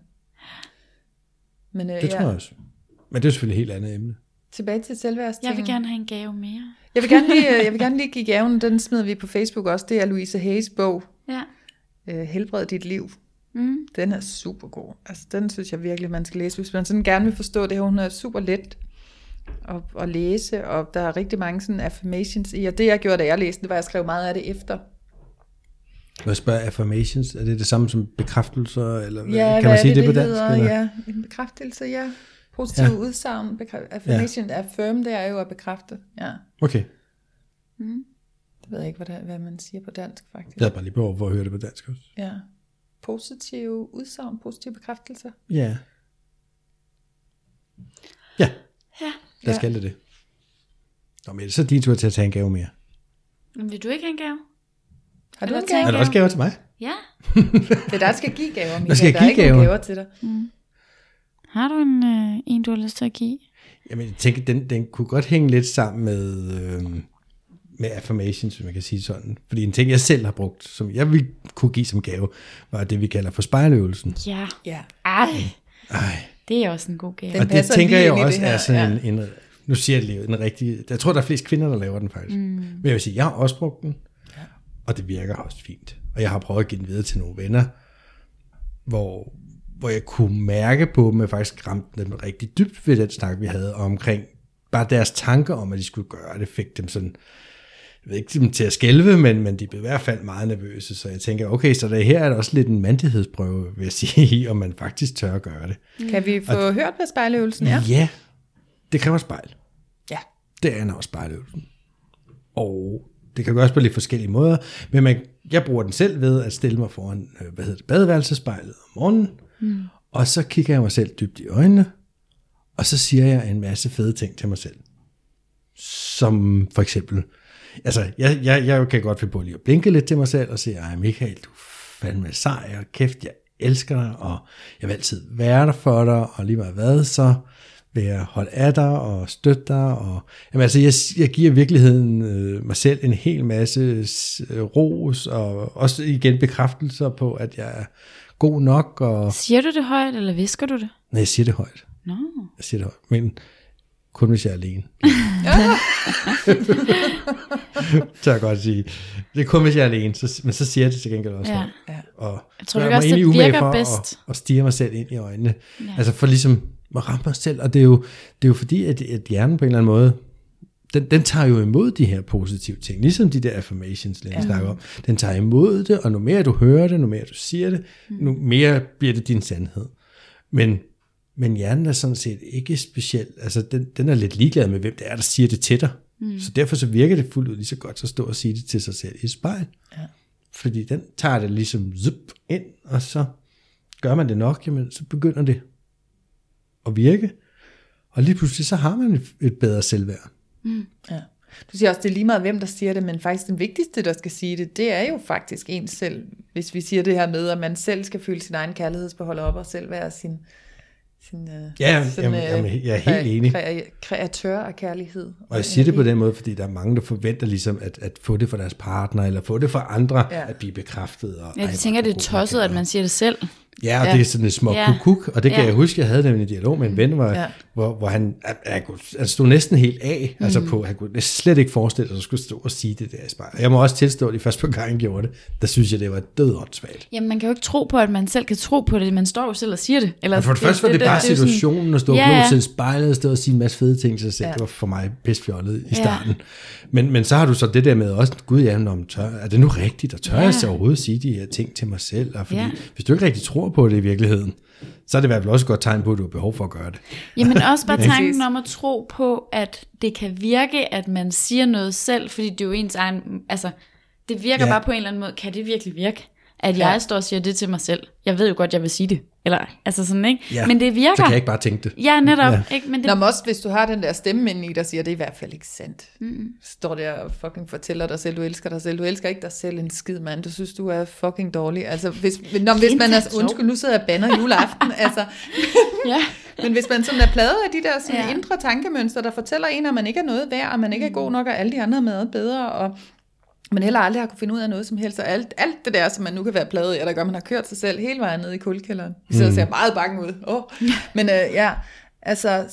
Men det tror jeg også. Men det er selvfølgelig et helt andet emne. Tilbage til selvværdstingen. Jeg vil gerne have en gave mere. Jeg vil gerne lige give gaven, den smider vi på Facebook også. Det er Louise Hayes bog, Ja. Helbred dit liv. Mm. Den er super god. Altså, den synes jeg virkelig, man skal læse. Hvis man sådan gerne vil forstå det her, hun er super let at læse, og der er rigtig mange sådan affirmations i. Og det, jeg gjorde, da jeg læste det, var, at jeg skrev meget af det efter. Hvad spørger affirmations? Er det det samme som bekræftelser? Eller Ja, kan man sige det på dansk? hedder? Eller? Ja, en bekræftelse, ja. Positiv udsagn. Affirmation, affirm, det er jo at bekræfte. Ja. Okay, Det ved jeg ikke, hvad man siger på dansk, faktisk. jeg havde bare lige behov for at høre det på dansk også. Ja. Positive udsagn, positive bekræftelser. Ja. Ja, Ja. der skal det. Nå, men så er din tur til at tage en gave mere. Men vil du ikke have en gave? Har du Eller en tage gave? Er der også gaver til mig? Ja. Det er der skal give gaver, Michael. skal Der er give ikke nogen gaver. gaver til dig. Har du en, du har lyst til at give? Jamen, jeg tænker, den kunne godt hænge lidt sammen med affirmations, hvis man kan sige sådan. Fordi en ting, jeg selv har brugt, som jeg ville kunne give som gave, var det, vi kalder for spejløvelsen. Ja. Ja. Ej, Ej. det er også en god gave. Den Og det passer tænker lige jeg ind i også det her, er sådan en nu siger jeg lige en rigtig, jeg tror, der er flest kvinder, der laver den faktisk. Men jeg vil sige, jeg har også brugt den, og det virker også fint. Og jeg har prøvet at give den videre til nogle venner, hvor jeg kunne mærke på dem, at jeg faktisk ramte dem rigtig dybt ved den snak, vi havde omkring bare deres tanker om, at de skulle gøre det, fik dem sådan, jeg ved ikke dem til at skælve, men de blev i hvert fald meget nervøse, så jeg tænker, okay, så her er der også lidt en mandighedsprøve, vil jeg sige, om man faktisk tør at gøre det. Kan vi få hørt, hvad spejløvelsen er? Ja, det kræver spejl. Ja. Det er også spejløvelsen. Og det kan gøres på lidt forskellige måder, men jeg bruger den selv ved at stille mig foran badeværelsespejlet om morgenen, og så kigger jeg mig selv dybt i øjnene, og så siger jeg en masse fede ting til mig selv. Som for eksempel, altså jeg kan godt finde på lige at blinke lidt til mig selv og sige, ej Michael, du er fandme sej, og kæft, jeg elsker dig, og jeg vil altid være der for dig, og lige meget hvad, så vil jeg holde af dig og støtte dig. Og, jamen altså, jeg giver i virkeligheden mig selv en hel masse ros, og også igen bekræftelser på, at jeg er god nok. Og Siger du det højt, eller visker du det? nej, jeg siger det højt. Nå. Jeg siger det højt, men kun hvis jeg er alene. Så jeg godt sige. Det er kun hvis jeg er alene, men så siger jeg det til gengæld også. Ja. højt. Og Jeg tror gør ikke mig også, egentlig det umage virker for bedst. at stirre mig selv ind i øjnene. Ja. Altså for ligesom at ramme mig selv. Og det er jo fordi, at hjernen på en eller anden måde, den tager jo imod de her positive ting. Ligesom de der affirmations, Lene snakker om. Den tager imod det, og nu mere du hører det, nu mere du siger det, nu mere bliver det din sandhed. Men hjernen er sådan set ikke speciel. Altså den er lidt ligeglad med, hvem det er, der siger det til dig. Så derfor så virker det fuldt ud lige så godt at stå og sige det til sig selv i et spejl. Ja. Fordi den tager det ligesom zup ind, og så gør man det nok, jamen, så begynder det at virke. Og lige pludselig, så har man et bedre selvværd. Ja. Du siger også, det er lige meget, hvem der siger det, men faktisk den vigtigste, der skal sige det, det er jo faktisk en selv. Hvis vi siger det her med, at man selv skal føle sin egen kærlighedsbehold op, og selv være sin jeg er helt enig. Kreatør af kærlighed. Og jeg siger det på den måde, fordi der er mange, der forventer ligesom at få det fra deres partner, eller få det fra andre, at blive bekræftet. Og, jeg tænker, det er tosset, at man siger det selv. Ja, og det er sådan et små kuk, og det kan jeg huske, jeg havde en dialog med en ven, hvor han stod næsten helt af, altså på, han kunne slet ikke forestille sig, at skulle stå og sige det der i spejlet. Jeg må også tilstå, at de første par gange gjorde det, der synes jeg, det var dødåndssvagt. Jamen, man kan jo ikke tro på, at man selv kan tro på det, man står jo selv og siger det. Eller, men for det første var det bare situationen, at stå og til spejlet, og stå og sige en masse fede ting til sig selv. Det var for mig pissfjollet i starten. Men så har du så det der med også, gud, er det nu rigtigt, og tør jeg så overhovedet sige de her ting til mig selv? Og fordi, hvis du ikke rigtig tror på det i virkeligheden, så er det i hvert fald også et godt tegn på, at du har behov for at gøre det. Jamen også bare tanken om at tro på, at det kan virke, at man siger noget selv, fordi det er jo ens egen, altså det virker bare på en eller anden måde, kan det virkelig virke? At jeg står og siger det til mig selv. Jeg ved jo godt, jeg vil sige det. Eller, altså sådan, ikke? Ja, men det virker. så kan jeg ikke bare tænke det. Ja, netop. Ikke? Men det... Nå, men også hvis du har den der stemme inde i, der siger, det er i hvert fald ikke sandt. Står der og fucking fortæller dig selv, du elsker dig selv. Du elsker ikke dig selv en skid, mand. Du synes, du er fucking dårlig. Altså, hvis man er, undskyld, nu sidder jeg og bander juleaften. Altså. Men hvis man sådan er plaget af de der sådan indre tankemønstre, der fortæller en, at man ikke er noget værd, og man ikke er god nok, og alle de andre er med bedre, og man heller aldrig har kunne finde ud af noget som helst, og alt det der, som man nu kan være plaget af, der gør, man har kørt sig selv hele vejen ned i kuldekælderen. Vi sidder og ser meget bange ud. Men altså,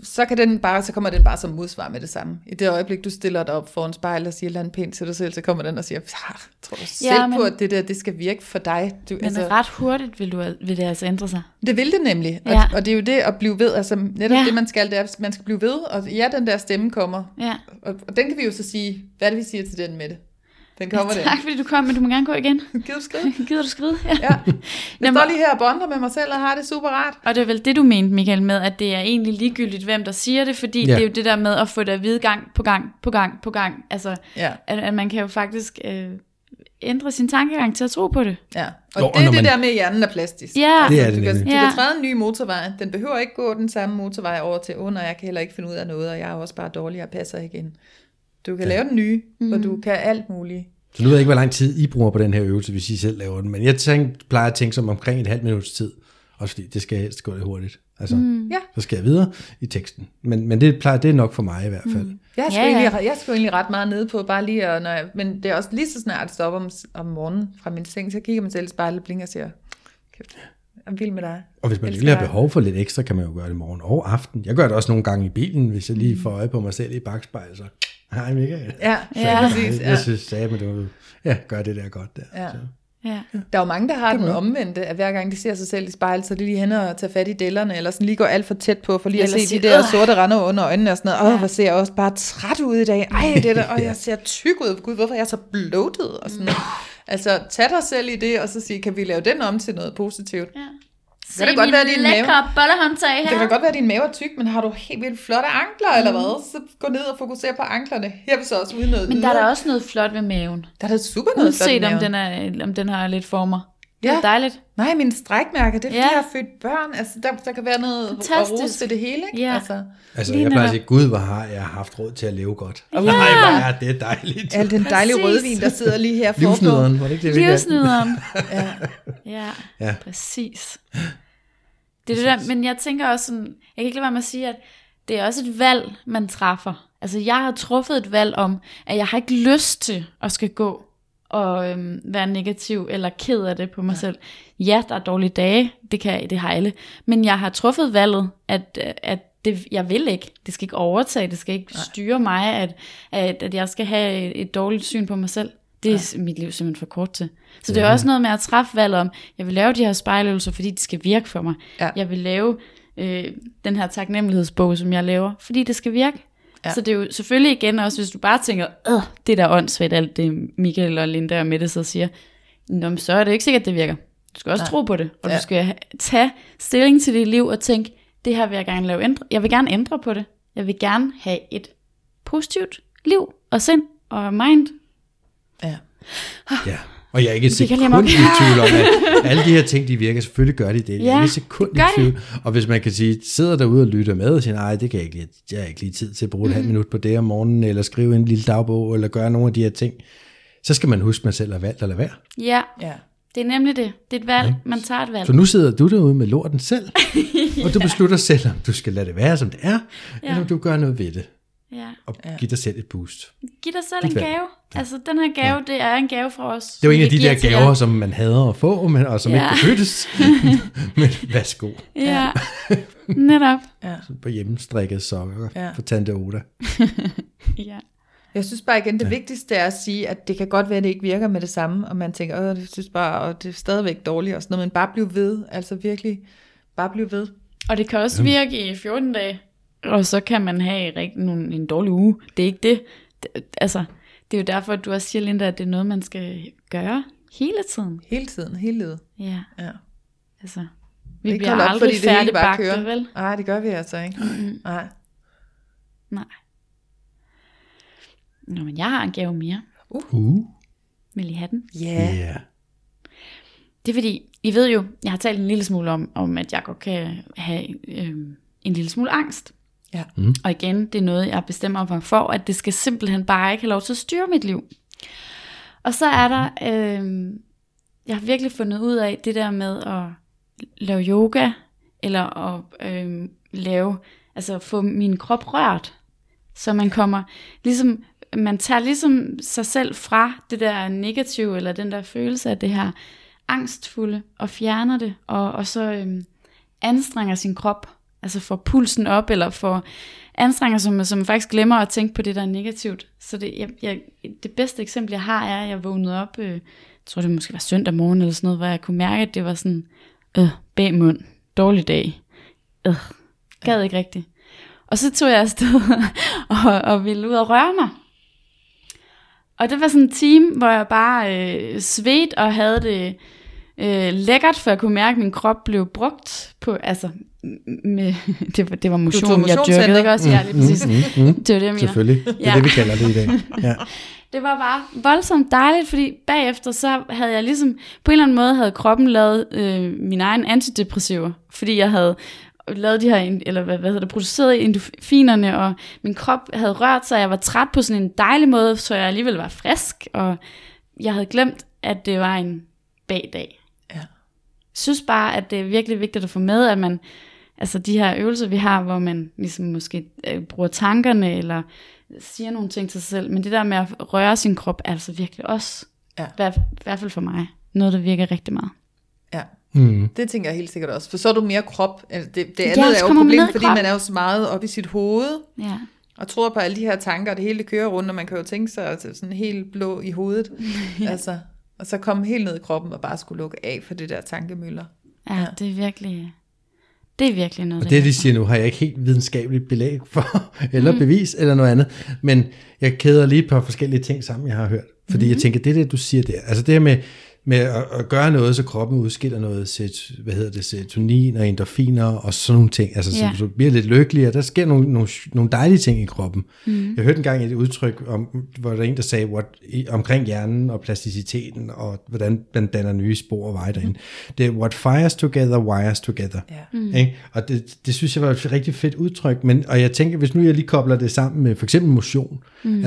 så kommer den bare som modsvar med det samme. I det øjeblik, du stiller dig op foran spejlet og siger noget pænt til dig selv, så kommer den og siger, tror du selv på, at det der, det skal virke for dig? Men ret hurtigt vil det altså ændre sig. Det vil det nemlig, og det er jo det at blive ved, altså netop det man skal, det er, man skal blive ved, og den der stemme kommer. Og den kan vi jo så sige, hvad er det, vi siger til den med det? Den kommer tak fordi du kom, men du må gerne gå igen. Gider du skride? Ja. Jeg står lige her og bonder med mig selv og har det super rart. Og det er vel det, du mente, Michael, med, at det er egentlig ligegyldigt, hvem der siger det, fordi det er jo det der med at få det at vide gang på gang. Altså, at man kan jo faktisk ændre sin tankegang til at tro på det. Ja, og det er det der med, at hjernen er plastisk. Ja, det er det. Du kan træde en ny motorvej. Den behøver ikke gå den samme motorvej over til, og jeg kan heller ikke finde ud af noget, og jeg er også bare dårlig og passer ikke ind. Du kan lave den nye, og du kan alt muligt. Så nu ved jeg ikke, hvor lang tid I bruger på den her øvelse, hvis I selv laver den, men jeg plejer at tænke som omkring et halvt minuts tid, også fordi det skal helst gå lidt hurtigt. Altså, så skal jeg videre i teksten. Men det er nok for mig i hvert fald. Jeg skal egentlig ret meget nede på, bare lige men det er også lige så snart stopper om morgenen fra min seng, så kigger man selv i spejlet og blinker og siger, kæft, jeg er vild med dig. Og hvis man lige har behov for lidt ekstra, kan man jo gøre det morgen og aften. Jeg gør det også nogle gange i bilen, hvis jeg lige får øje på mig selv i bagspejlet, så hej Michael. Præcis. Jeg synes, at du gør det der godt der. Ja. Der er jo mange, der har den omvendte, at hver gang de ser sig selv i spejlet, så er de lige hen og tager fat i dellerne, eller sådan lige går alt for tæt på, for lige at se de der sorte render under øjnene og sådan noget. Hvor ser jeg også bare træt ud i dag. Jeg ser tyk ud. Gud, hvorfor er jeg så bloated? Og sådan noget. Altså, tag dig selv i det, og så sige, kan vi lave den om til noget positivt? Ja. Se det kan min lækre bollehåndtag her. Det kan godt være, at din mave er tyk, men har du helt vildt flotte ankler, eller hvad? Så gå ned og fokusere på anklerne. Her vil så også ude noget. Men der er der også noget flot ved maven. Der er super noget flot ved maven. Om den har lidt former. Det er dejligt. Nej, mine strækmærker, det er fordi, jeg har født børn. Altså, der kan være noget at rose til det hele, ikke? Ja. Altså jeg plejer at sige, gud, hvor har jeg haft råd til at leve godt. Nej, hvor er det dejligt. Al den dejlige rødvin, der sidder lige her for. Livsnyderen, var det ikke det? Livsnyderen. Ja, præcis. Det er det der, men jeg tænker også sådan, jeg kan ikke lade være med at sige, at det er også et valg, man træffer. Altså jeg har truffet et valg om, at jeg har ikke lyst til at skal gå og være negativ eller ked af det på mig selv. Ja, der er dårlige dage, det har alle, men jeg har truffet valget, at det, jeg vil ikke, det skal ikke overtage, det skal ikke styre mig, at jeg skal have et dårligt syn på mig selv. Det er mit liv simpelthen for kort til. Så det er også noget med at træffe valg om, jeg vil lave de her spejløvelser, fordi de skal virke for mig. Ja. Jeg vil lave den her taknemmelighedsbog, som jeg laver, fordi det skal virke. Ja. Så det er jo selvfølgelig igen også, hvis du bare tænker, det der åndssvagt, alt det Michael og Linda og Mette så siger, så er det ikke sikkert, det virker. Du skal også tro på det, og du skal tage stilling til dit liv og tænke, det her vil jeg gerne lave ændre. Jeg vil gerne ændre på det. Jeg vil gerne have et positivt liv og sind og mind. Ja. Og jeg er ikke et sekund i tvivl om, at alle de her ting, de virker. Selvfølgelig gør de det. Jeg er ikke et sekund i tvivl. Og hvis man kan sige, sidder derude og lytter med og siger, nej, det kan jeg ikke lide. Jeg har ikke lige tid til at bruge et halvt minut på det om morgenen, eller skrive en lille dagbog, eller gøre nogle af de her ting. Så skal man huske, at man selv har valgt at lade være. Ja. Det er nemlig det. Det er et valg. Man tager et valg. Så nu sidder du derude med lorten selv, og du beslutter selv, om du skal lade det være, som det er, eller om du gør noget ved det. Ja. Og give dig selv et boost. Giv dig selv en gave. Ja. Altså, den her gave, det er en gave fra os. Det er jo en af de der gaver, som man hader at få, og som ikke bebyttes. Men værsgo. Ja, netop. På hjemmestrikket sokker for Tante Oda. Ja. Jeg synes bare igen, det vigtigste er at sige, at det kan godt være, at det ikke virker med det samme, og man tænker, det synes bare, og det er stadigvæk dårligt og sådan noget, men bare bliv ved, altså virkelig, bare bliv ved. Og det kan også virke i 14 dage, og så kan man have en dårlig uge. Det er ikke det. Altså, det er jo derfor, at du også siger, Linda, at det er noget, man skal gøre hele tiden. Hele tiden, hele livet. Ja. Altså, vi bliver aldrig færdigbagte, vel? Nej, det gør vi altså ikke. Mm-hmm. Nej. Nå, men jeg har en gave mere. Vil I have den? Ja. Yeah. Det er fordi, I ved jo, jeg har talt en lille smule om at jeg godt kan have en lille smule angst. Ja. Og igen, det er noget, jeg bestemmer mig for, at det skal simpelthen bare ikke have lov til at styre mit liv. Og så er der, jeg har virkelig fundet ud af det der med at lave yoga, eller at få min krop rørt, så man kommer, ligesom, man tager ligesom sig selv fra det der negative, eller den der følelse af det her angstfulde, og fjerner det, og så anstrenger sin krop, altså får pulsen op, eller får anstrenger, som faktisk glemmer at tænke på det, der er negativt. Så det bedste eksempel, jeg har, er, at jeg vågnede op, jeg tror det måske var søndag morgen, eller sådan noget, hvor jeg kunne mærke, at det var sådan, bag mund, dårlig dag, gad ikke rigtigt. Og så tog jeg afsted og ville ud og røre mig. Og det var sådan en time, hvor jeg bare svedte og havde det lækkert, for jeg kunne mærke, at min krop blev brugt på, altså, det var motion, jeg dyrkede, ikke også? Ja, lige præcis. Det var det, jeg mener. Selvfølgelig, det er det, vi kalder det i dag. Ja. Det var bare voldsomt dejligt, fordi bagefter så havde jeg ligesom, på en eller anden måde havde kroppen lavet min egen antidepressiver, fordi jeg havde lavet de her, eller hvad hedder det, produceret endorfinerne, og min krop havde rørt sig, jeg var træt på sådan en dejlig måde, så jeg alligevel var frisk, og jeg havde glemt, at det var en bagdag. Ja. Jeg synes bare, at det er virkelig vigtigt at få med, at man, altså de her øvelser, vi har, hvor man ligesom måske bruger tankerne, eller siger nogle ting til sig selv, men det der med at røre sin krop, er altså virkelig også, i hvert fald for mig, noget, der virker rigtig meget. Ja. Det tænker jeg helt sikkert også. For så er du mere krop. Altså det andet er jo et problem, fordi man er jo så meget oppe i sit hoved. Ja. Og tror på alle de her tanker, og det hele kører rundt, og man kan jo tænke sig sådan helt blå i hovedet. Altså, og så komme helt ned i kroppen og bare skulle lukke af for det der tankemøller. Ja, det er virkelig noget. Og det, de siger nu, har jeg ikke helt videnskabeligt belæg for, eller bevis, eller noget andet. Men jeg kæder lige et par forskellige ting sammen, jeg har hørt. Fordi jeg tænker, det der, du siger der, altså det her med at gøre noget, så kroppen udskiller noget, serotonin og endorfiner og sådan nogle ting, altså så du bliver lidt lykkelig, og der sker nogle dejlige ting i kroppen. Jeg hørte engang et udtryk, hvor der er en, der sagde, omkring hjernen og plasticiteten, og hvordan man danner nye spor og veje derinde. Det er, what fires together, wires together. Ikke? Og det synes jeg var et rigtig fedt udtryk, og jeg tænker, hvis nu jeg lige kobler det sammen med for eksempel motion,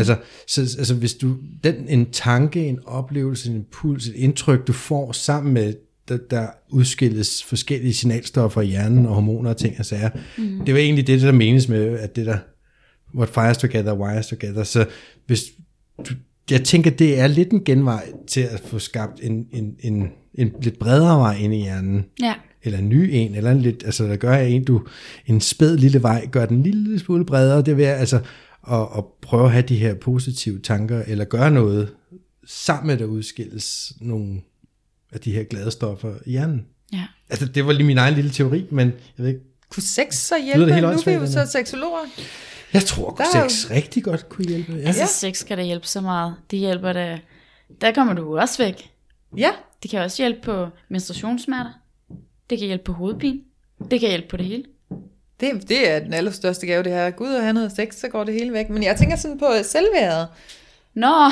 altså hvis du, en tanke, en oplevelse, en impuls, et indtryk, du får sammen med, der udskilles forskellige signalstoffer i hjernen og hormoner og ting og sager. Det var egentlig det, der menes med, at det der, what fires together, wires together. Så hvis jeg tænker, det er lidt en genvej til at få skabt en lidt bredere vej ind i hjernen. Ja. Eller en ny en, eller en lidt, altså der gør en spæd lille vej, gør den en lille smule bredere, det vil altså at prøve at have de her positive tanker, eller gøre noget sammen med, der udskilles nogle af de her glade stoffer i hjernen. Ja. Altså, det var lige min egen lille teori, men jeg ved ikke. Kunne sex så hjælpe? Nu er vi jo så seksologer. Jeg tror, at sex rigtig godt kunne hjælpe. Ja. Altså, sex kan da hjælpe så meget. Det hjælper da. Der kommer du også væk. Ja. Det kan også hjælpe på menstruationssmerter. Det kan hjælpe på hovedpine. Det kan hjælpe på det hele. Det er den allerstørste gave, det her. Gud, og have noget sex, så går det hele væk. Men jeg tænker sådan på selvværdet. Nå.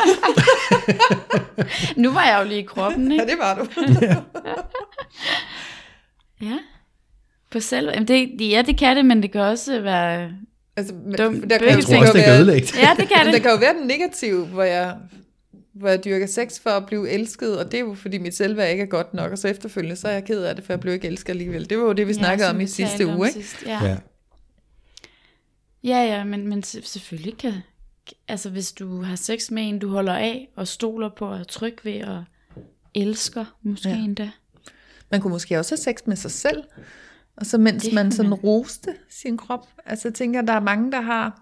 Nu var jeg jo lige i kroppen, ikke? Ja, det var du. Ja. På selve. Jamen det kan det, men det kan også være Altså, dumt. der kan Jeg tror også, det kan ødelægge. Ja, det kan der det. kan jo være den negative, hvor jeg dyrker sex for at blive elsket, og det er jo fordi mit selvværd ikke er godt nok, og så efterfølgende, så er jeg ked af det, for jeg blev ikke elsket alligevel. Det var jo det, vi snakkede om i sidste uge, ikke? Ja, men selvfølgelig kan, altså hvis du har sex med en, du holder af, og stoler på, og er tryg ved, og elsker måske endda. Man kunne måske også have sex med sig selv, og så mens man sådan roste sin krop. Altså jeg tænker, der er mange, der har...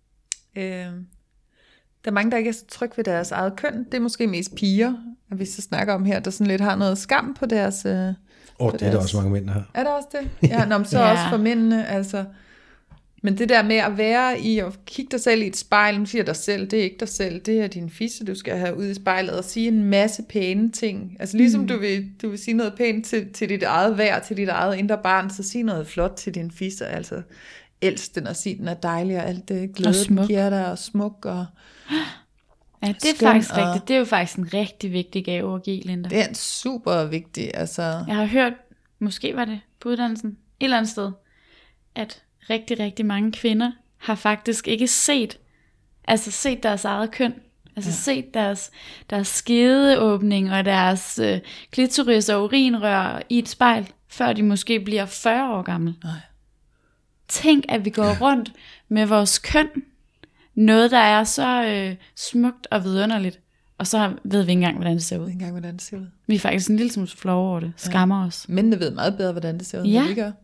der er mange, der ikke er så tryg ved deres eget køn. Det er måske mest piger, at vi så snakker om her, der sådan lidt har noget skam på deres... Det er der også mange mænd, der har. Er der også det? Ja, men så også for mændene, altså... Men det der med at være i og kigge dig selv i et spejl, nu siger dig selv, det er ikke dig selv, det er din fisse, du skal have ud i spejlet og sige en masse pæne ting. Altså ligesom du vil sige noget pænt til dit eget værd, til dit eget indre barn, så sig noget flot til din fisse, altså elsk den og sig, den er dejlig og alt det glæde, den giver dig, og smuk og ja, det er faktisk rigtigt. Det er jo faktisk en rigtig vigtig gave at give, Linda. Det er en super vigtig, altså. Jeg har hørt, måske var det på uddannelsen, et eller andet sted, at rigtig, rigtig mange kvinder har faktisk ikke set deres eget køn. Altså set deres skedeåbning og deres klitoris og urinrør i et spejl, før de måske bliver 40 år gamle. Nej. Tænk, at vi går rundt med vores køn, noget der er så smukt og vidunderligt, og så ved vi ikke engang, hvordan det ser ud. Vi er faktisk en lille smule flove over det, skammer os. Mændene ved meget bedre, hvordan det ser ud, end vi gør.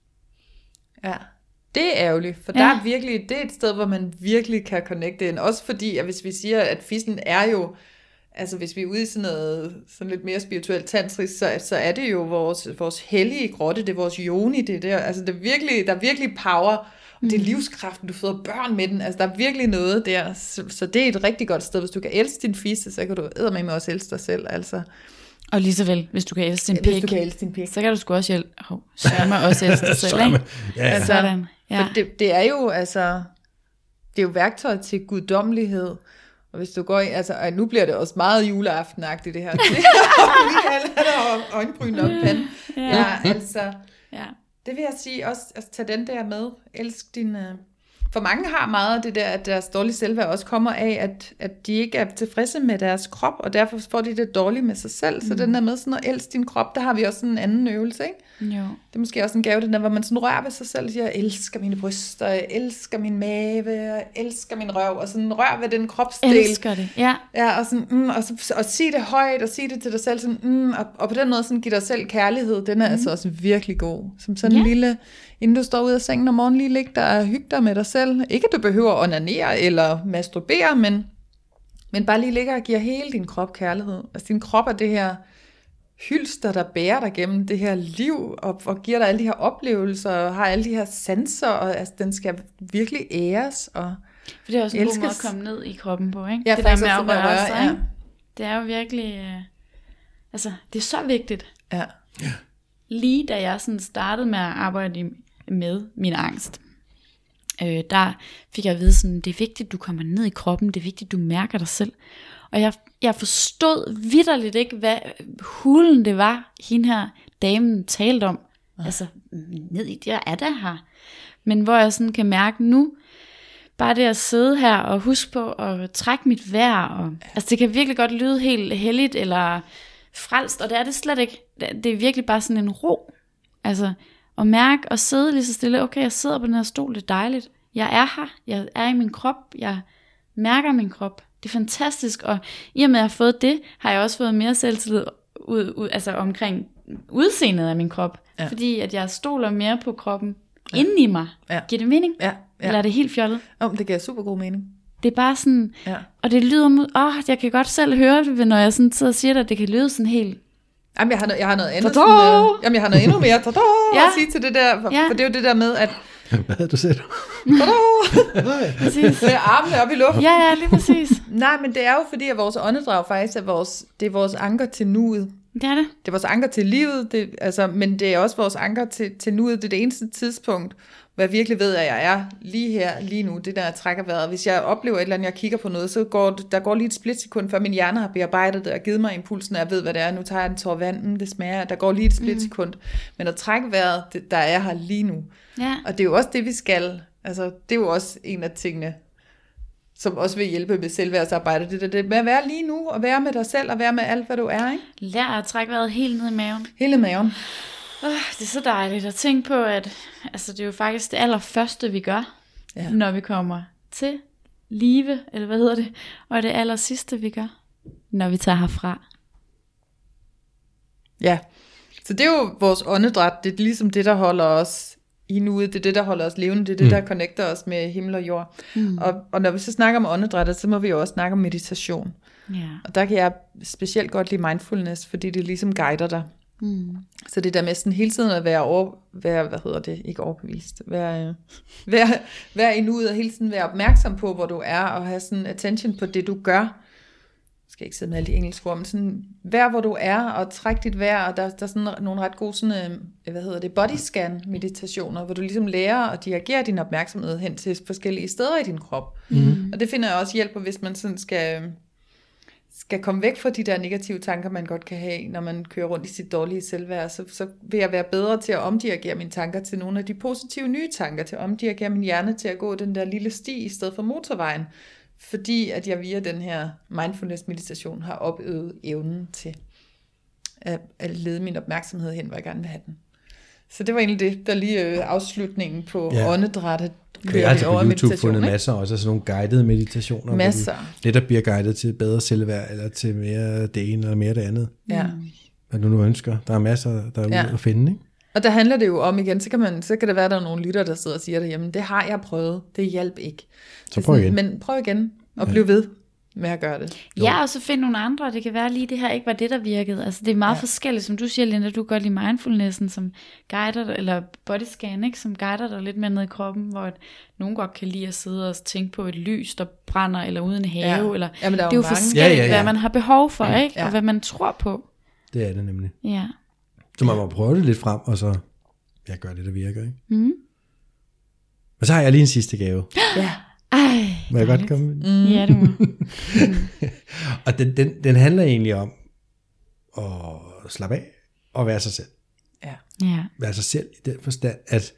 Ja. Det er ærgerligt, for der er virkelig, det er et sted, hvor man virkelig kan connecte ind. Også fordi, at hvis vi siger, at fissen er jo, altså hvis vi er ude i sådan noget sådan lidt mere spirituelt tantrisk, så er det jo vores hellige grotte, det er vores yoni, det der. Altså der er virkelig power, og det er livskraften, du føder børn med den. Altså der er virkelig noget der, så det er et rigtig godt sted. Hvis du kan elske din fisse, så kan du eddermame også elske dig selv, altså. Og lige så vel, hvis du kan elske din pik, så kan du sgu også også elske dig selv, ikke? Ja. Sådan. Ja. Det er jo altså, det er jo værktøj til guddommelighed. Og hvis du går ind, altså, og nu bliver det også meget juleaftenagtigt det her. Michael er der øjenbryn og pande. Ja, altså, det vil jeg sige også, altså tag den der med, elsk din... For mange har meget af det der, at deres dårlige selvværd også kommer af, at de ikke er tilfredse med deres krop, og derfor får de det dårligt med sig selv. Så den der med sådan at elske din krop, der har vi også sådan en anden øvelse, ikke? Jo. Det er måske også en gave, den der, hvor man sådan rører ved sig selv og siger, jeg elsker mine bryster, jeg elsker min mave, jeg elsker min røv, og sådan rør ved den kropsdel. Elsker det, ja. Ja, og sådan, og sig det højt, og sig det til dig selv, sådan, og på den måde sådan give dig selv kærlighed, den er altså også virkelig god. Som sådan en lille, inden du står ud af sengen om morgenen, lige ligge der og hygge dig med dig selv. Ikke at du behøver at onanere eller masturbere, men bare lige ligge og give hele din krop kærlighed. Altså din krop er det her hylster, der bærer dig gennem det her liv, og giver dig alle de her oplevelser, og har alle de her sanser, og altså, den skal virkelig æres. Og for det er også en god måde at komme ned i kroppen på, ikke? Ja, det der med at røre sig, ikke? Det er jo virkelig, altså det er så vigtigt. Ja. Lige da jeg sådan startede med at arbejde med min angst, der fik jeg at vide sådan, det er vigtigt, du kommer ned i kroppen, det er vigtigt, du mærker dig selv. Og jeg forstod vitterligt ikke, hvad hulen det var, hende her damen talte om. Altså, ned i det, jeg er der her. Men hvor jeg sådan kan mærke nu, bare det at sidde her og huske på at trække mit vejr. Og, altså, det kan virkelig godt lyde helt helligt eller frelst, og det er det slet ikke. Det er virkelig bare sådan en ro. Altså, at mærke og sidde lige så stille. Okay, jeg sidder på den her stol, det er dejligt. Jeg er her, jeg er i min krop, jeg mærker min krop. Det er fantastisk, og i og med at jeg har fået det, har jeg også fået mere selvtillid altså omkring udseendet af min krop. Ja. Fordi at jeg stoler mere på kroppen inden i mig. Ja. Giver det mening? Ja. Eller er det helt fjollet? Det giver super god mening. Det er bare sådan, og det lyder, jeg kan godt selv høre det, når jeg sådan sidder og siger det, at det kan lyde sådan helt... Jamen, jeg har noget andet. Sådan, jeg har noget endnu mere at sige til det der, for det er jo det der med, at... Hvad havde du set? Præcis. Med armene op i luften. Ja, lige præcis. Nej, men det er jo fordi, at vores åndedrag faktisk er vores anker til nuet. Det er det. Det er vores anker til livet, men det er også vores anker til nuet. Det er det eneste tidspunkt, hvor jeg virkelig ved, at jeg er lige her, lige nu. Det der, jeg trækker vejret. Hvis jeg oplever et eller andet, jeg kigger på noget, så går lige et splitsekund, før min hjerne har bearbejdet det og givet mig impulsen, og jeg ved, hvad det er. Nu tager jeg en tår vand, det smager. Der går lige et splitsekund. Men at trække vejret, der er her lige nu. Ja. Og det er jo også det, vi skal. Altså, det er jo også en af tingene, som også vil hjælpe med selvværdsarbejde. Det med at være lige nu, og være med dig selv, og være med alt, hvad du er, ikke? Lær at trække vejret helt ned i maven. Hele maven. Det er så dejligt at tænke på, at det er jo faktisk det allerførste, vi gør, når vi kommer til live, eller hvad hedder det, og det aller sidste, vi gør, når vi tager herfra. Ja. Så det er jo vores åndedræt, det er ligesom det, der holder os i nuet, det er det, der holder os levende, det er det, der connecter os med himmel og jord. Og når vi så snakker om åndedrættet, så må vi jo også snakke om meditation. Ja. Og der kan jeg specielt godt lide mindfulness, fordi det ligesom guider dig. Så det der med sådan hele tiden at være ikke overbevist, være i nuet og hele tiden være opmærksom på, hvor du er, og have sådan attention på det, du gør. Jeg skal ikke sidde med alle de engelske ord, men sådan, vær hvor du er, og træk dit vejr, og der er sådan nogle ret gode sådan, body scan meditationer, hvor du ligesom lærer at dirigere din opmærksomhed hen til forskellige steder i din krop. Og det finder jeg også hjælper, hvis man sådan skal komme væk fra de der negative tanker, man godt kan have, når man kører rundt i sit dårlige selvværd, så vil jeg være bedre til at omdirigere mine tanker til nogle af de positive nye tanker, til at omdirigere min hjerne til at gå den der lille sti i stedet for motorvejen, fordi at jeg via den her mindfulness meditation har opøvet evnen til at lede min opmærksomhed hen, hvor jeg gerne vil have den. Så det var egentlig det, der lige afslutningen på åndedrættet. Jeg har på YouTube fundet masser også af sådan nogle guidede meditationer, masser. Hvor du netop bliver guidet til bedre selvværd, eller til mere det ene, eller mere det andet. Ja. Hvad du nu ønsker. Der er masser, der er ude at finde, ikke? Og der handler det jo om igen, så kan det være, der er nogle lytter, der sidder og siger derhjemme, det har jeg prøvet, det hjalp ikke. Så prøv igen. Men prøv igen, og bliv ved med at gøre det. Ja, og så find nogle andre. Det kan være lige det her ikke var det, der virkede. Altså det er meget forskelligt, som du siger, Linda, du kan godt lide mindfulnessen, som guider dig, eller bodyscan, ikke, som guider dig lidt mere ned i kroppen, hvor nogen godt kan lide at sidde og tænke på et lys, der brænder, eller uden en have, eller det er jo forskelligt, hvad man har behov for, ikke, og hvad man tror på. Det er det nemlig. Ja. Så man må prøve det lidt frem, og så gør det, der virker, ikke? Og så har jeg lige en sidste gave. Ja. Ej, må jeg godt komme? Ja, du må. Og den handler egentlig om at slappe af og være sig selv. Ja. Være sig selv i den forstand, at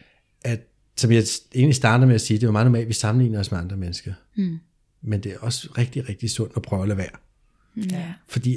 som jeg egentlig starter med at sige, det er jo meget normalt, at vi sammenligner os med andre mennesker. Men det er også rigtig, rigtig sundt at prøve at lade være. Ja. Fordi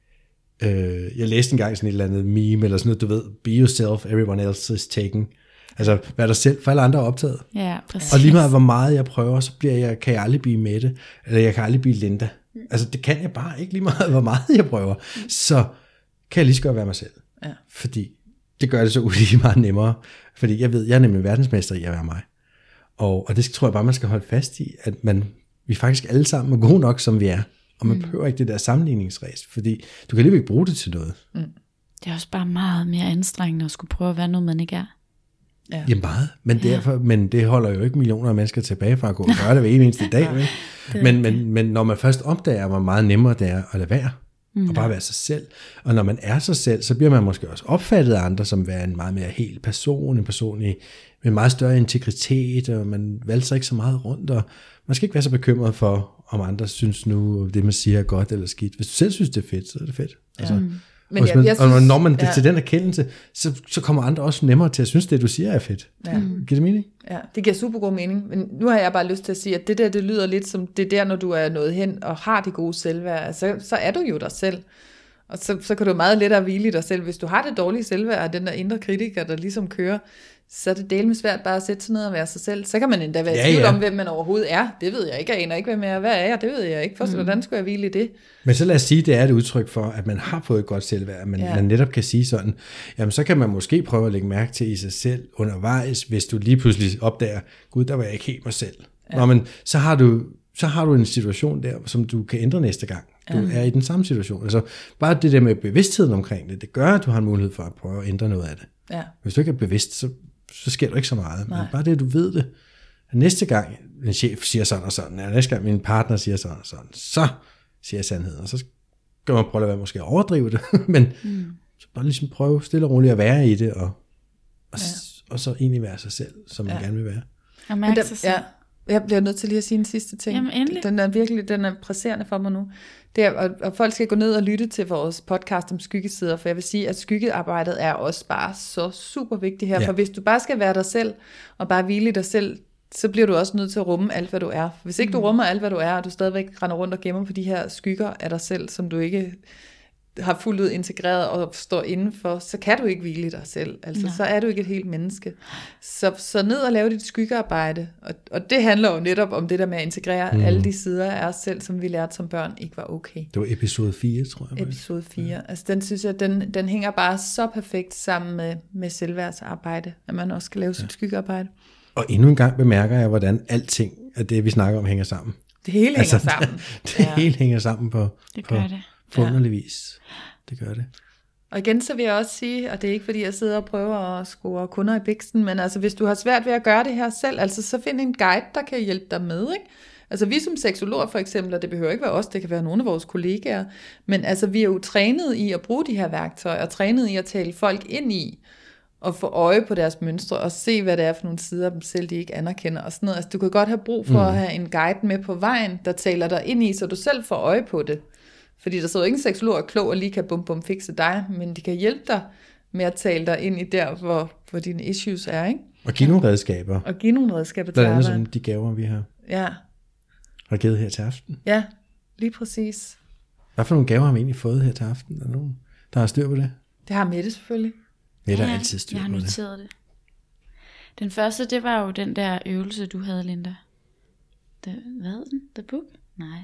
jeg læste engang sådan et eller andet meme, eller sådan noget, du ved, be yourself, everyone else is taken. Altså, vær dig selv, for alle andre er optaget. Ja, præcis. Og lige meget hvor meget jeg prøver, så kan jeg aldrig blive Mette, eller jeg kan aldrig blive Linda. Altså, det kan jeg bare ikke, lige meget hvor meget jeg prøver. Så kan jeg lige så godt være mig selv. Ja. Fordi det gør det så ulige meget nemmere. Fordi jeg ved, jeg er nemlig verdensmester i at være mig. Og det tror jeg bare, man skal holde fast i, at vi faktisk alle sammen er gode nok, som vi er. Og man behøver ikke det der sammenligningsræs, fordi du kan alligevel ikke bruge det til noget. Det er også bare meget mere anstrengende at skulle prøve at være noget, man ikke er. Ja. Ja, meget. Men det holder jo ikke millioner af mennesker tilbage fra at gå og gøre det hver eneste dag. Men når man først opdager, hvor meget nemmere det er at lade være, og bare være sig selv. Og når man er sig selv, så bliver man måske også opfattet af andre, som være en meget mere hel person, en person med meget større integritet, og man valser ikke så meget rundt, og man skal ikke være så bekymret for, om andre synes nu, det man siger er godt eller skidt. Hvis du selv synes, det er fedt, så er det fedt. Altså, Men jeg synes, og når man til den erkendelse, så kommer andre også nemmere til at synes, det du siger er fedt. Giver det mening? Ja, det giver super god mening. Men nu har jeg bare lyst til at sige, at det der, det lyder lidt som det der, når du er nået hen og har det gode selvværd. Så er du jo dig selv. Og så kan du meget lettere hvile i dig selv. Hvis du har det dårlige selvværd, og den der indre kritiker, der ligesom kører, så er det delvis svært bare at sætte sig ned og være sig selv. Så kan man endda være i tvivl om, hvem man overhovedet er. Det ved jeg ikke. Jeg aner ikke, hvem jeg er. Hvad er jeg? Det ved jeg ikke. Først, hvordan skulle jeg hvile i det? Men så lad os sige, at det er et udtryk for, at man har fået et godt selvværd. Man netop kan sige sådan, jamen så kan man måske prøve at lægge mærke til i sig selv undervejs, hvis du lige pludselig opdager, gud, der var jeg ikke helt mig selv. Ja. Nå, men så har du en situation der, som du kan ændre næste gang. Du er i den samme situation. Altså bare det der med bevidstheden omkring det gør, at du har en mulighed for at prøve at ændre noget af det. Ja. Hvis du ikke er bevidst, så sker der ikke så meget. Men bare det, du ved det. Næste gang en chef siger sådan og sådan, eller næste gang min partner siger sådan og sådan, så siger jeg sandheden, og så kan man prøve at lade være måske at overdrive det, men så bare ligesom prøve stille og roligt at være i det, og så egentlig være sig selv, som man gerne vil være. Og mærke sig selv. Ja. Jeg bliver nødt til lige at sige en sidste ting. Jamen, endelig. Den er presserende for mig nu. Det er, og folk skal gå ned og lytte til vores podcast om skyggesider, for jeg vil sige, at skyggearbejdet er også bare så super vigtigt her, for hvis du bare skal være dig selv, og bare hvile i dig selv, så bliver du også nødt til at rumme alt, hvad du er. Hvis ikke du rummer alt, hvad du er, og du stadigvæk render rundt og gemmer på de her skygger af dig selv, som du ikke har fuldt ud integreret og står indenfor, så kan du ikke hvile i dig selv. Altså, så er du ikke et helt menneske. Så ned og lave dit skyggearbejde. Og det handler jo netop om det der med at integrere alle de sider af os selv, som vi lærte som børn, ikke var okay. Det var episode 4, tror jeg. Episode 4. Ja. Altså, den synes jeg, den hænger bare så perfekt sammen med selvværdsarbejde, at man også skal lave sit skyggearbejde. Og endnu en gang bemærker jeg, hvordan alting af det, vi snakker om, hænger sammen. Det hele hænger sammen. Det hele hænger sammen på forunderlig vis. Det gør det. Og igen så vil jeg også sige, og det er ikke fordi jeg sidder og prøver at score kunder i biksen, men altså hvis du har svært ved at gøre det her selv, altså så find en guide, der kan hjælpe dig med, ikke? Altså vi som seksologer for eksempel, og det behøver ikke være os, det kan være nogle af vores kollegaer, men altså vi er jo trænet i at bruge de her værktøjer, og trænet i at tale folk ind i, og få øje på deres mønstre, og se hvad det er for nogle sider af dem selv, de ikke anerkender, og sådan noget. Altså du kan godt have brug for at have en guide med på vejen, der taler dig ind i, så du selv får øje på det. Fordi der sidder jo ingen seksolog og klog og lige kan fikse dig, men de kan hjælpe dig med at tale dig ind i der, hvor dine issues er, ikke? Og give nogle redskaber. Og give nogle redskaber til arbejde. Blandt andet som de gaver, vi har givet her til aften. Ja, lige præcis. Hvad for nogle gaver har vi egentlig fået her til aften? Er der nogen, der har styr på det? Det har Mette selvfølgelig. Mette har altid styr på det. Jeg har noteret det. Den første, det var jo den der øvelse, du havde, Linda. Hvad hed den? The Book? Nej.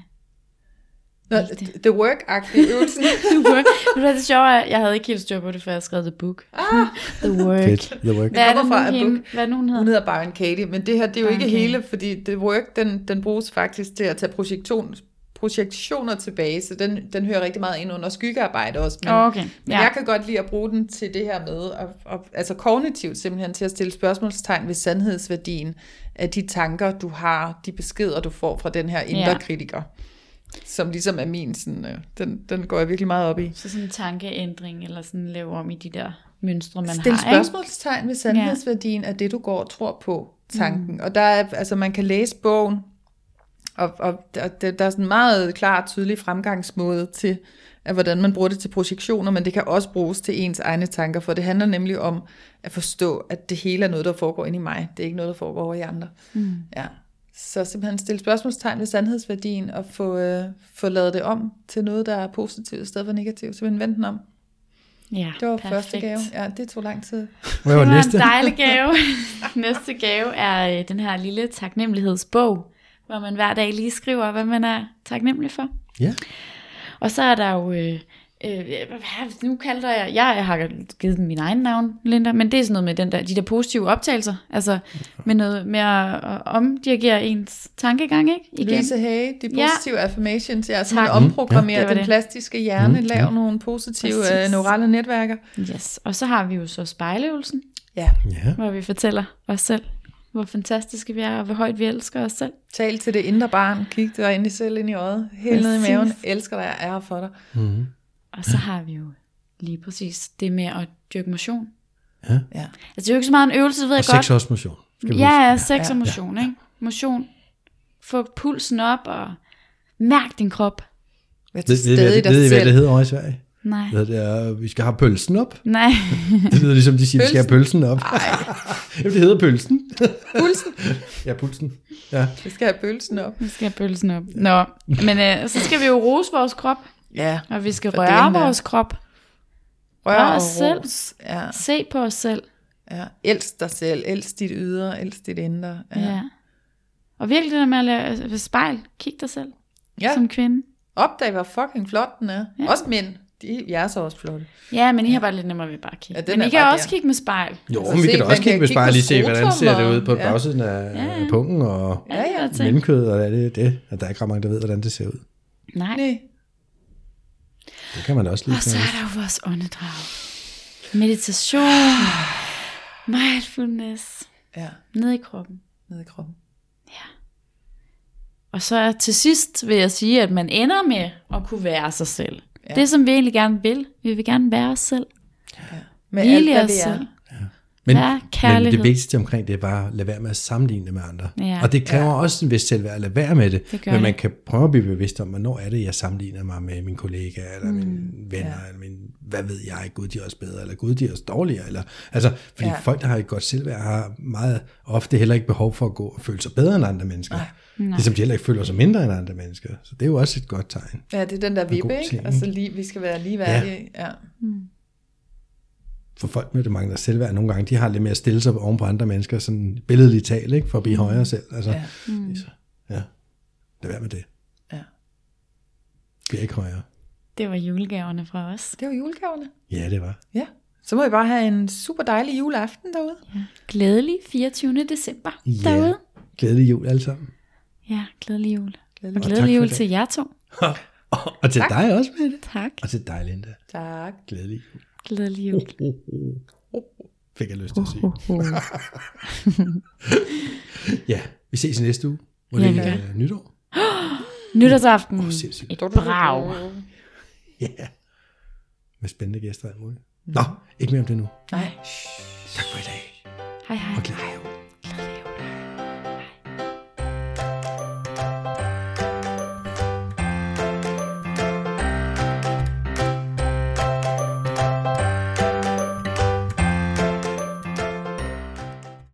The Work-agtige øvelsen. The Work. Det var det sjove, jeg havde ikke helt styr på det, før jeg skrev The Book. The Work. Fedt. The Work. Hvad er det fra A Book? Hvad er det, hun hedder? Hun hedder Byron Katie, men det her, det er jo ikke hele, fordi The Work, den bruges faktisk til at tage projektioner tilbage, så den hører rigtig meget ind under skyggearbejde også. Men jeg kan godt lide at bruge den til det her med, altså kognitivt simpelthen, til at stille spørgsmålstegn ved sandhedsværdien af de tanker, du har, de beskeder, du får fra den her indre kritiker. Som ligesom er min, sådan, den går jeg virkelig meget op i. Så sådan en tankeændring, eller sådan lave om i de der mønstre, man Stil har. Stil spørgsmålstegn ved sandhedsværdien af det, du går og tror på, tanken. Og der er, altså man kan læse bogen, og der er sådan en meget klar og tydelig fremgangsmåde til, at hvordan man bruger det til projektioner, men det kan også bruges til ens egne tanker, for det handler nemlig om at forstå, at det hele er noget, der foregår inde i mig. Det er ikke noget, der foregår over i andre. Ja. Så simpelthen stille spørgsmålstegn ved sandhedsværdien, og få lavet det om til noget, der er positivt, i stedet for negativt. Så vend den om. Ja, det var perfekt. første gave. Ja, det tog lang tid. Hvad var det var næste? En dejlig gave. Næste gave er den her lille taknemmelighedsbog, hvor man hver dag lige skriver, hvad man er taknemmelig for. Ja. Og så er der jo... nu kalder jeg har givet den min egen navn, Linda, men det er sådan noget med de der positive optagelser, altså med noget med at omdirigere ens tankegang, ikke? Igen. Louise Hay, de positive affirmations, sådan omprogrammere den plastiske hjerne, lave nogle positive neurale netværker. Yes, og så har vi jo så spejleøvelsen, hvor vi fortæller os selv, hvor fantastiske vi er, og hvor højt vi elsker os selv. Tal til det indre barn, kig dig ind i selv ind i øjet, helt ned i maven, elsker dig, jeg er her for dig. Og så har vi jo lige præcis det med at dyrke motion. Ja. Altså det er jo ikke så meget en øvelse, ved jeg godt. Og sex også motion. Sex og motion, ikke? Motion. Få pulsen op og mærk din krop. Ved I, hvad det hedder over i Sverige? Nej. Det er, vi skal have pølsen op. Nej. Det lyder ligesom, de siger, vi skal have pølsen op. Jamen, det hedder pølsen. Pulsen? Ja, pulsen. Ja. Vi skal have pølsen op. Vi skal have pølsen op. Nå, men så skal vi jo rose vores krop. Ja. Og vi skal røre vores krop. Røre os selv. Ja. Se på os selv. Ja. Elsk dig selv. Elsk dit ydre. Elsk dit indre. Ja. Og virkelig det der med at lave spejl. Kig dig selv. Som kvinde. Opdag, hvor fucking flot den er. Ja. Også mænd. Jeg er så også flotte. Ja, men I har bare lidt nemmere ved bare at kigge. Men I kan også kigge med spejl. Jo, men vi kan da også kigge med spejl, lige se, hvordan ser det ud på bagsiden af pungen og mellemkød, og det. Og der er ikke ret mange, der ved, hvordan det ser ud. Nej. Det kan man også lige. Og så er der jo vores åndedrag. Meditation. Mindfulness. Ja. Ned i kroppen. Ned i kroppen. Ja. Og så til sidst vil jeg sige, at man ender med at kunne være sig selv. Det, som vi egentlig gerne vil. Vi vil gerne være os selv. Med Hvile alt, os hvad vi selv. Men, Ja, men kærlighed. det vigtigste omkring det er bare at lade være med at sammenligne det med andre. Ja. Og det kræver også en vis selvværd at lade være med det. Det gør Men man det. kan prøve at blive bevidst om, hvornår er det, jeg sammenligner mig med mine kollegaer, eller mine venner, eller mine, hvad ved jeg, Gud de er også bedre, eller Gud de er også dårligere. Eller, altså, fordi folk, der har et godt selvværd, har meget ofte heller ikke behov for at gå og føle sig bedre end andre mennesker. Nej. Ligesom de heller ikke føler sig mindre end andre mennesker. Så det er jo også et godt tegn. Ja, det er den der god vippe, ting, ikke? Altså, vi skal være ligeværdige. Ja. For folk med det mangler selvværd nogle gange, de har lidt mere at stille sig oven på andre mennesker, sådan billedligt talt, ikke? For at blive højere selv. Altså, ja. Lad være med det. Ja. Bliver ikke højere. Det var julegaverne fra os. Det var julegaverne. Ja, det var. Ja. Så må I bare have en super dejlig juleaften derude. Ja. Glædelig 24. december Ja. derude. Glædelig jul alle sammen. Ja, glædelig jul. Og tak glædelig for jul i dag. til jer to. Og til dig også, Mette. Tak. Og til dig, Linda. Tak. Glædelig jul. Glædelig jul. Fik jeg lyst til at sige. Ja, vi ses i næste uge. Hvor Ja, det vi er gør. nytår. Nytårsaften. Sindssygt. Et brag. Ja. Med spændende gæster og alt muligt. Nå, ikke mere om det nu. Nej. Tak for i dag. Hej hej. Og glædelig jul.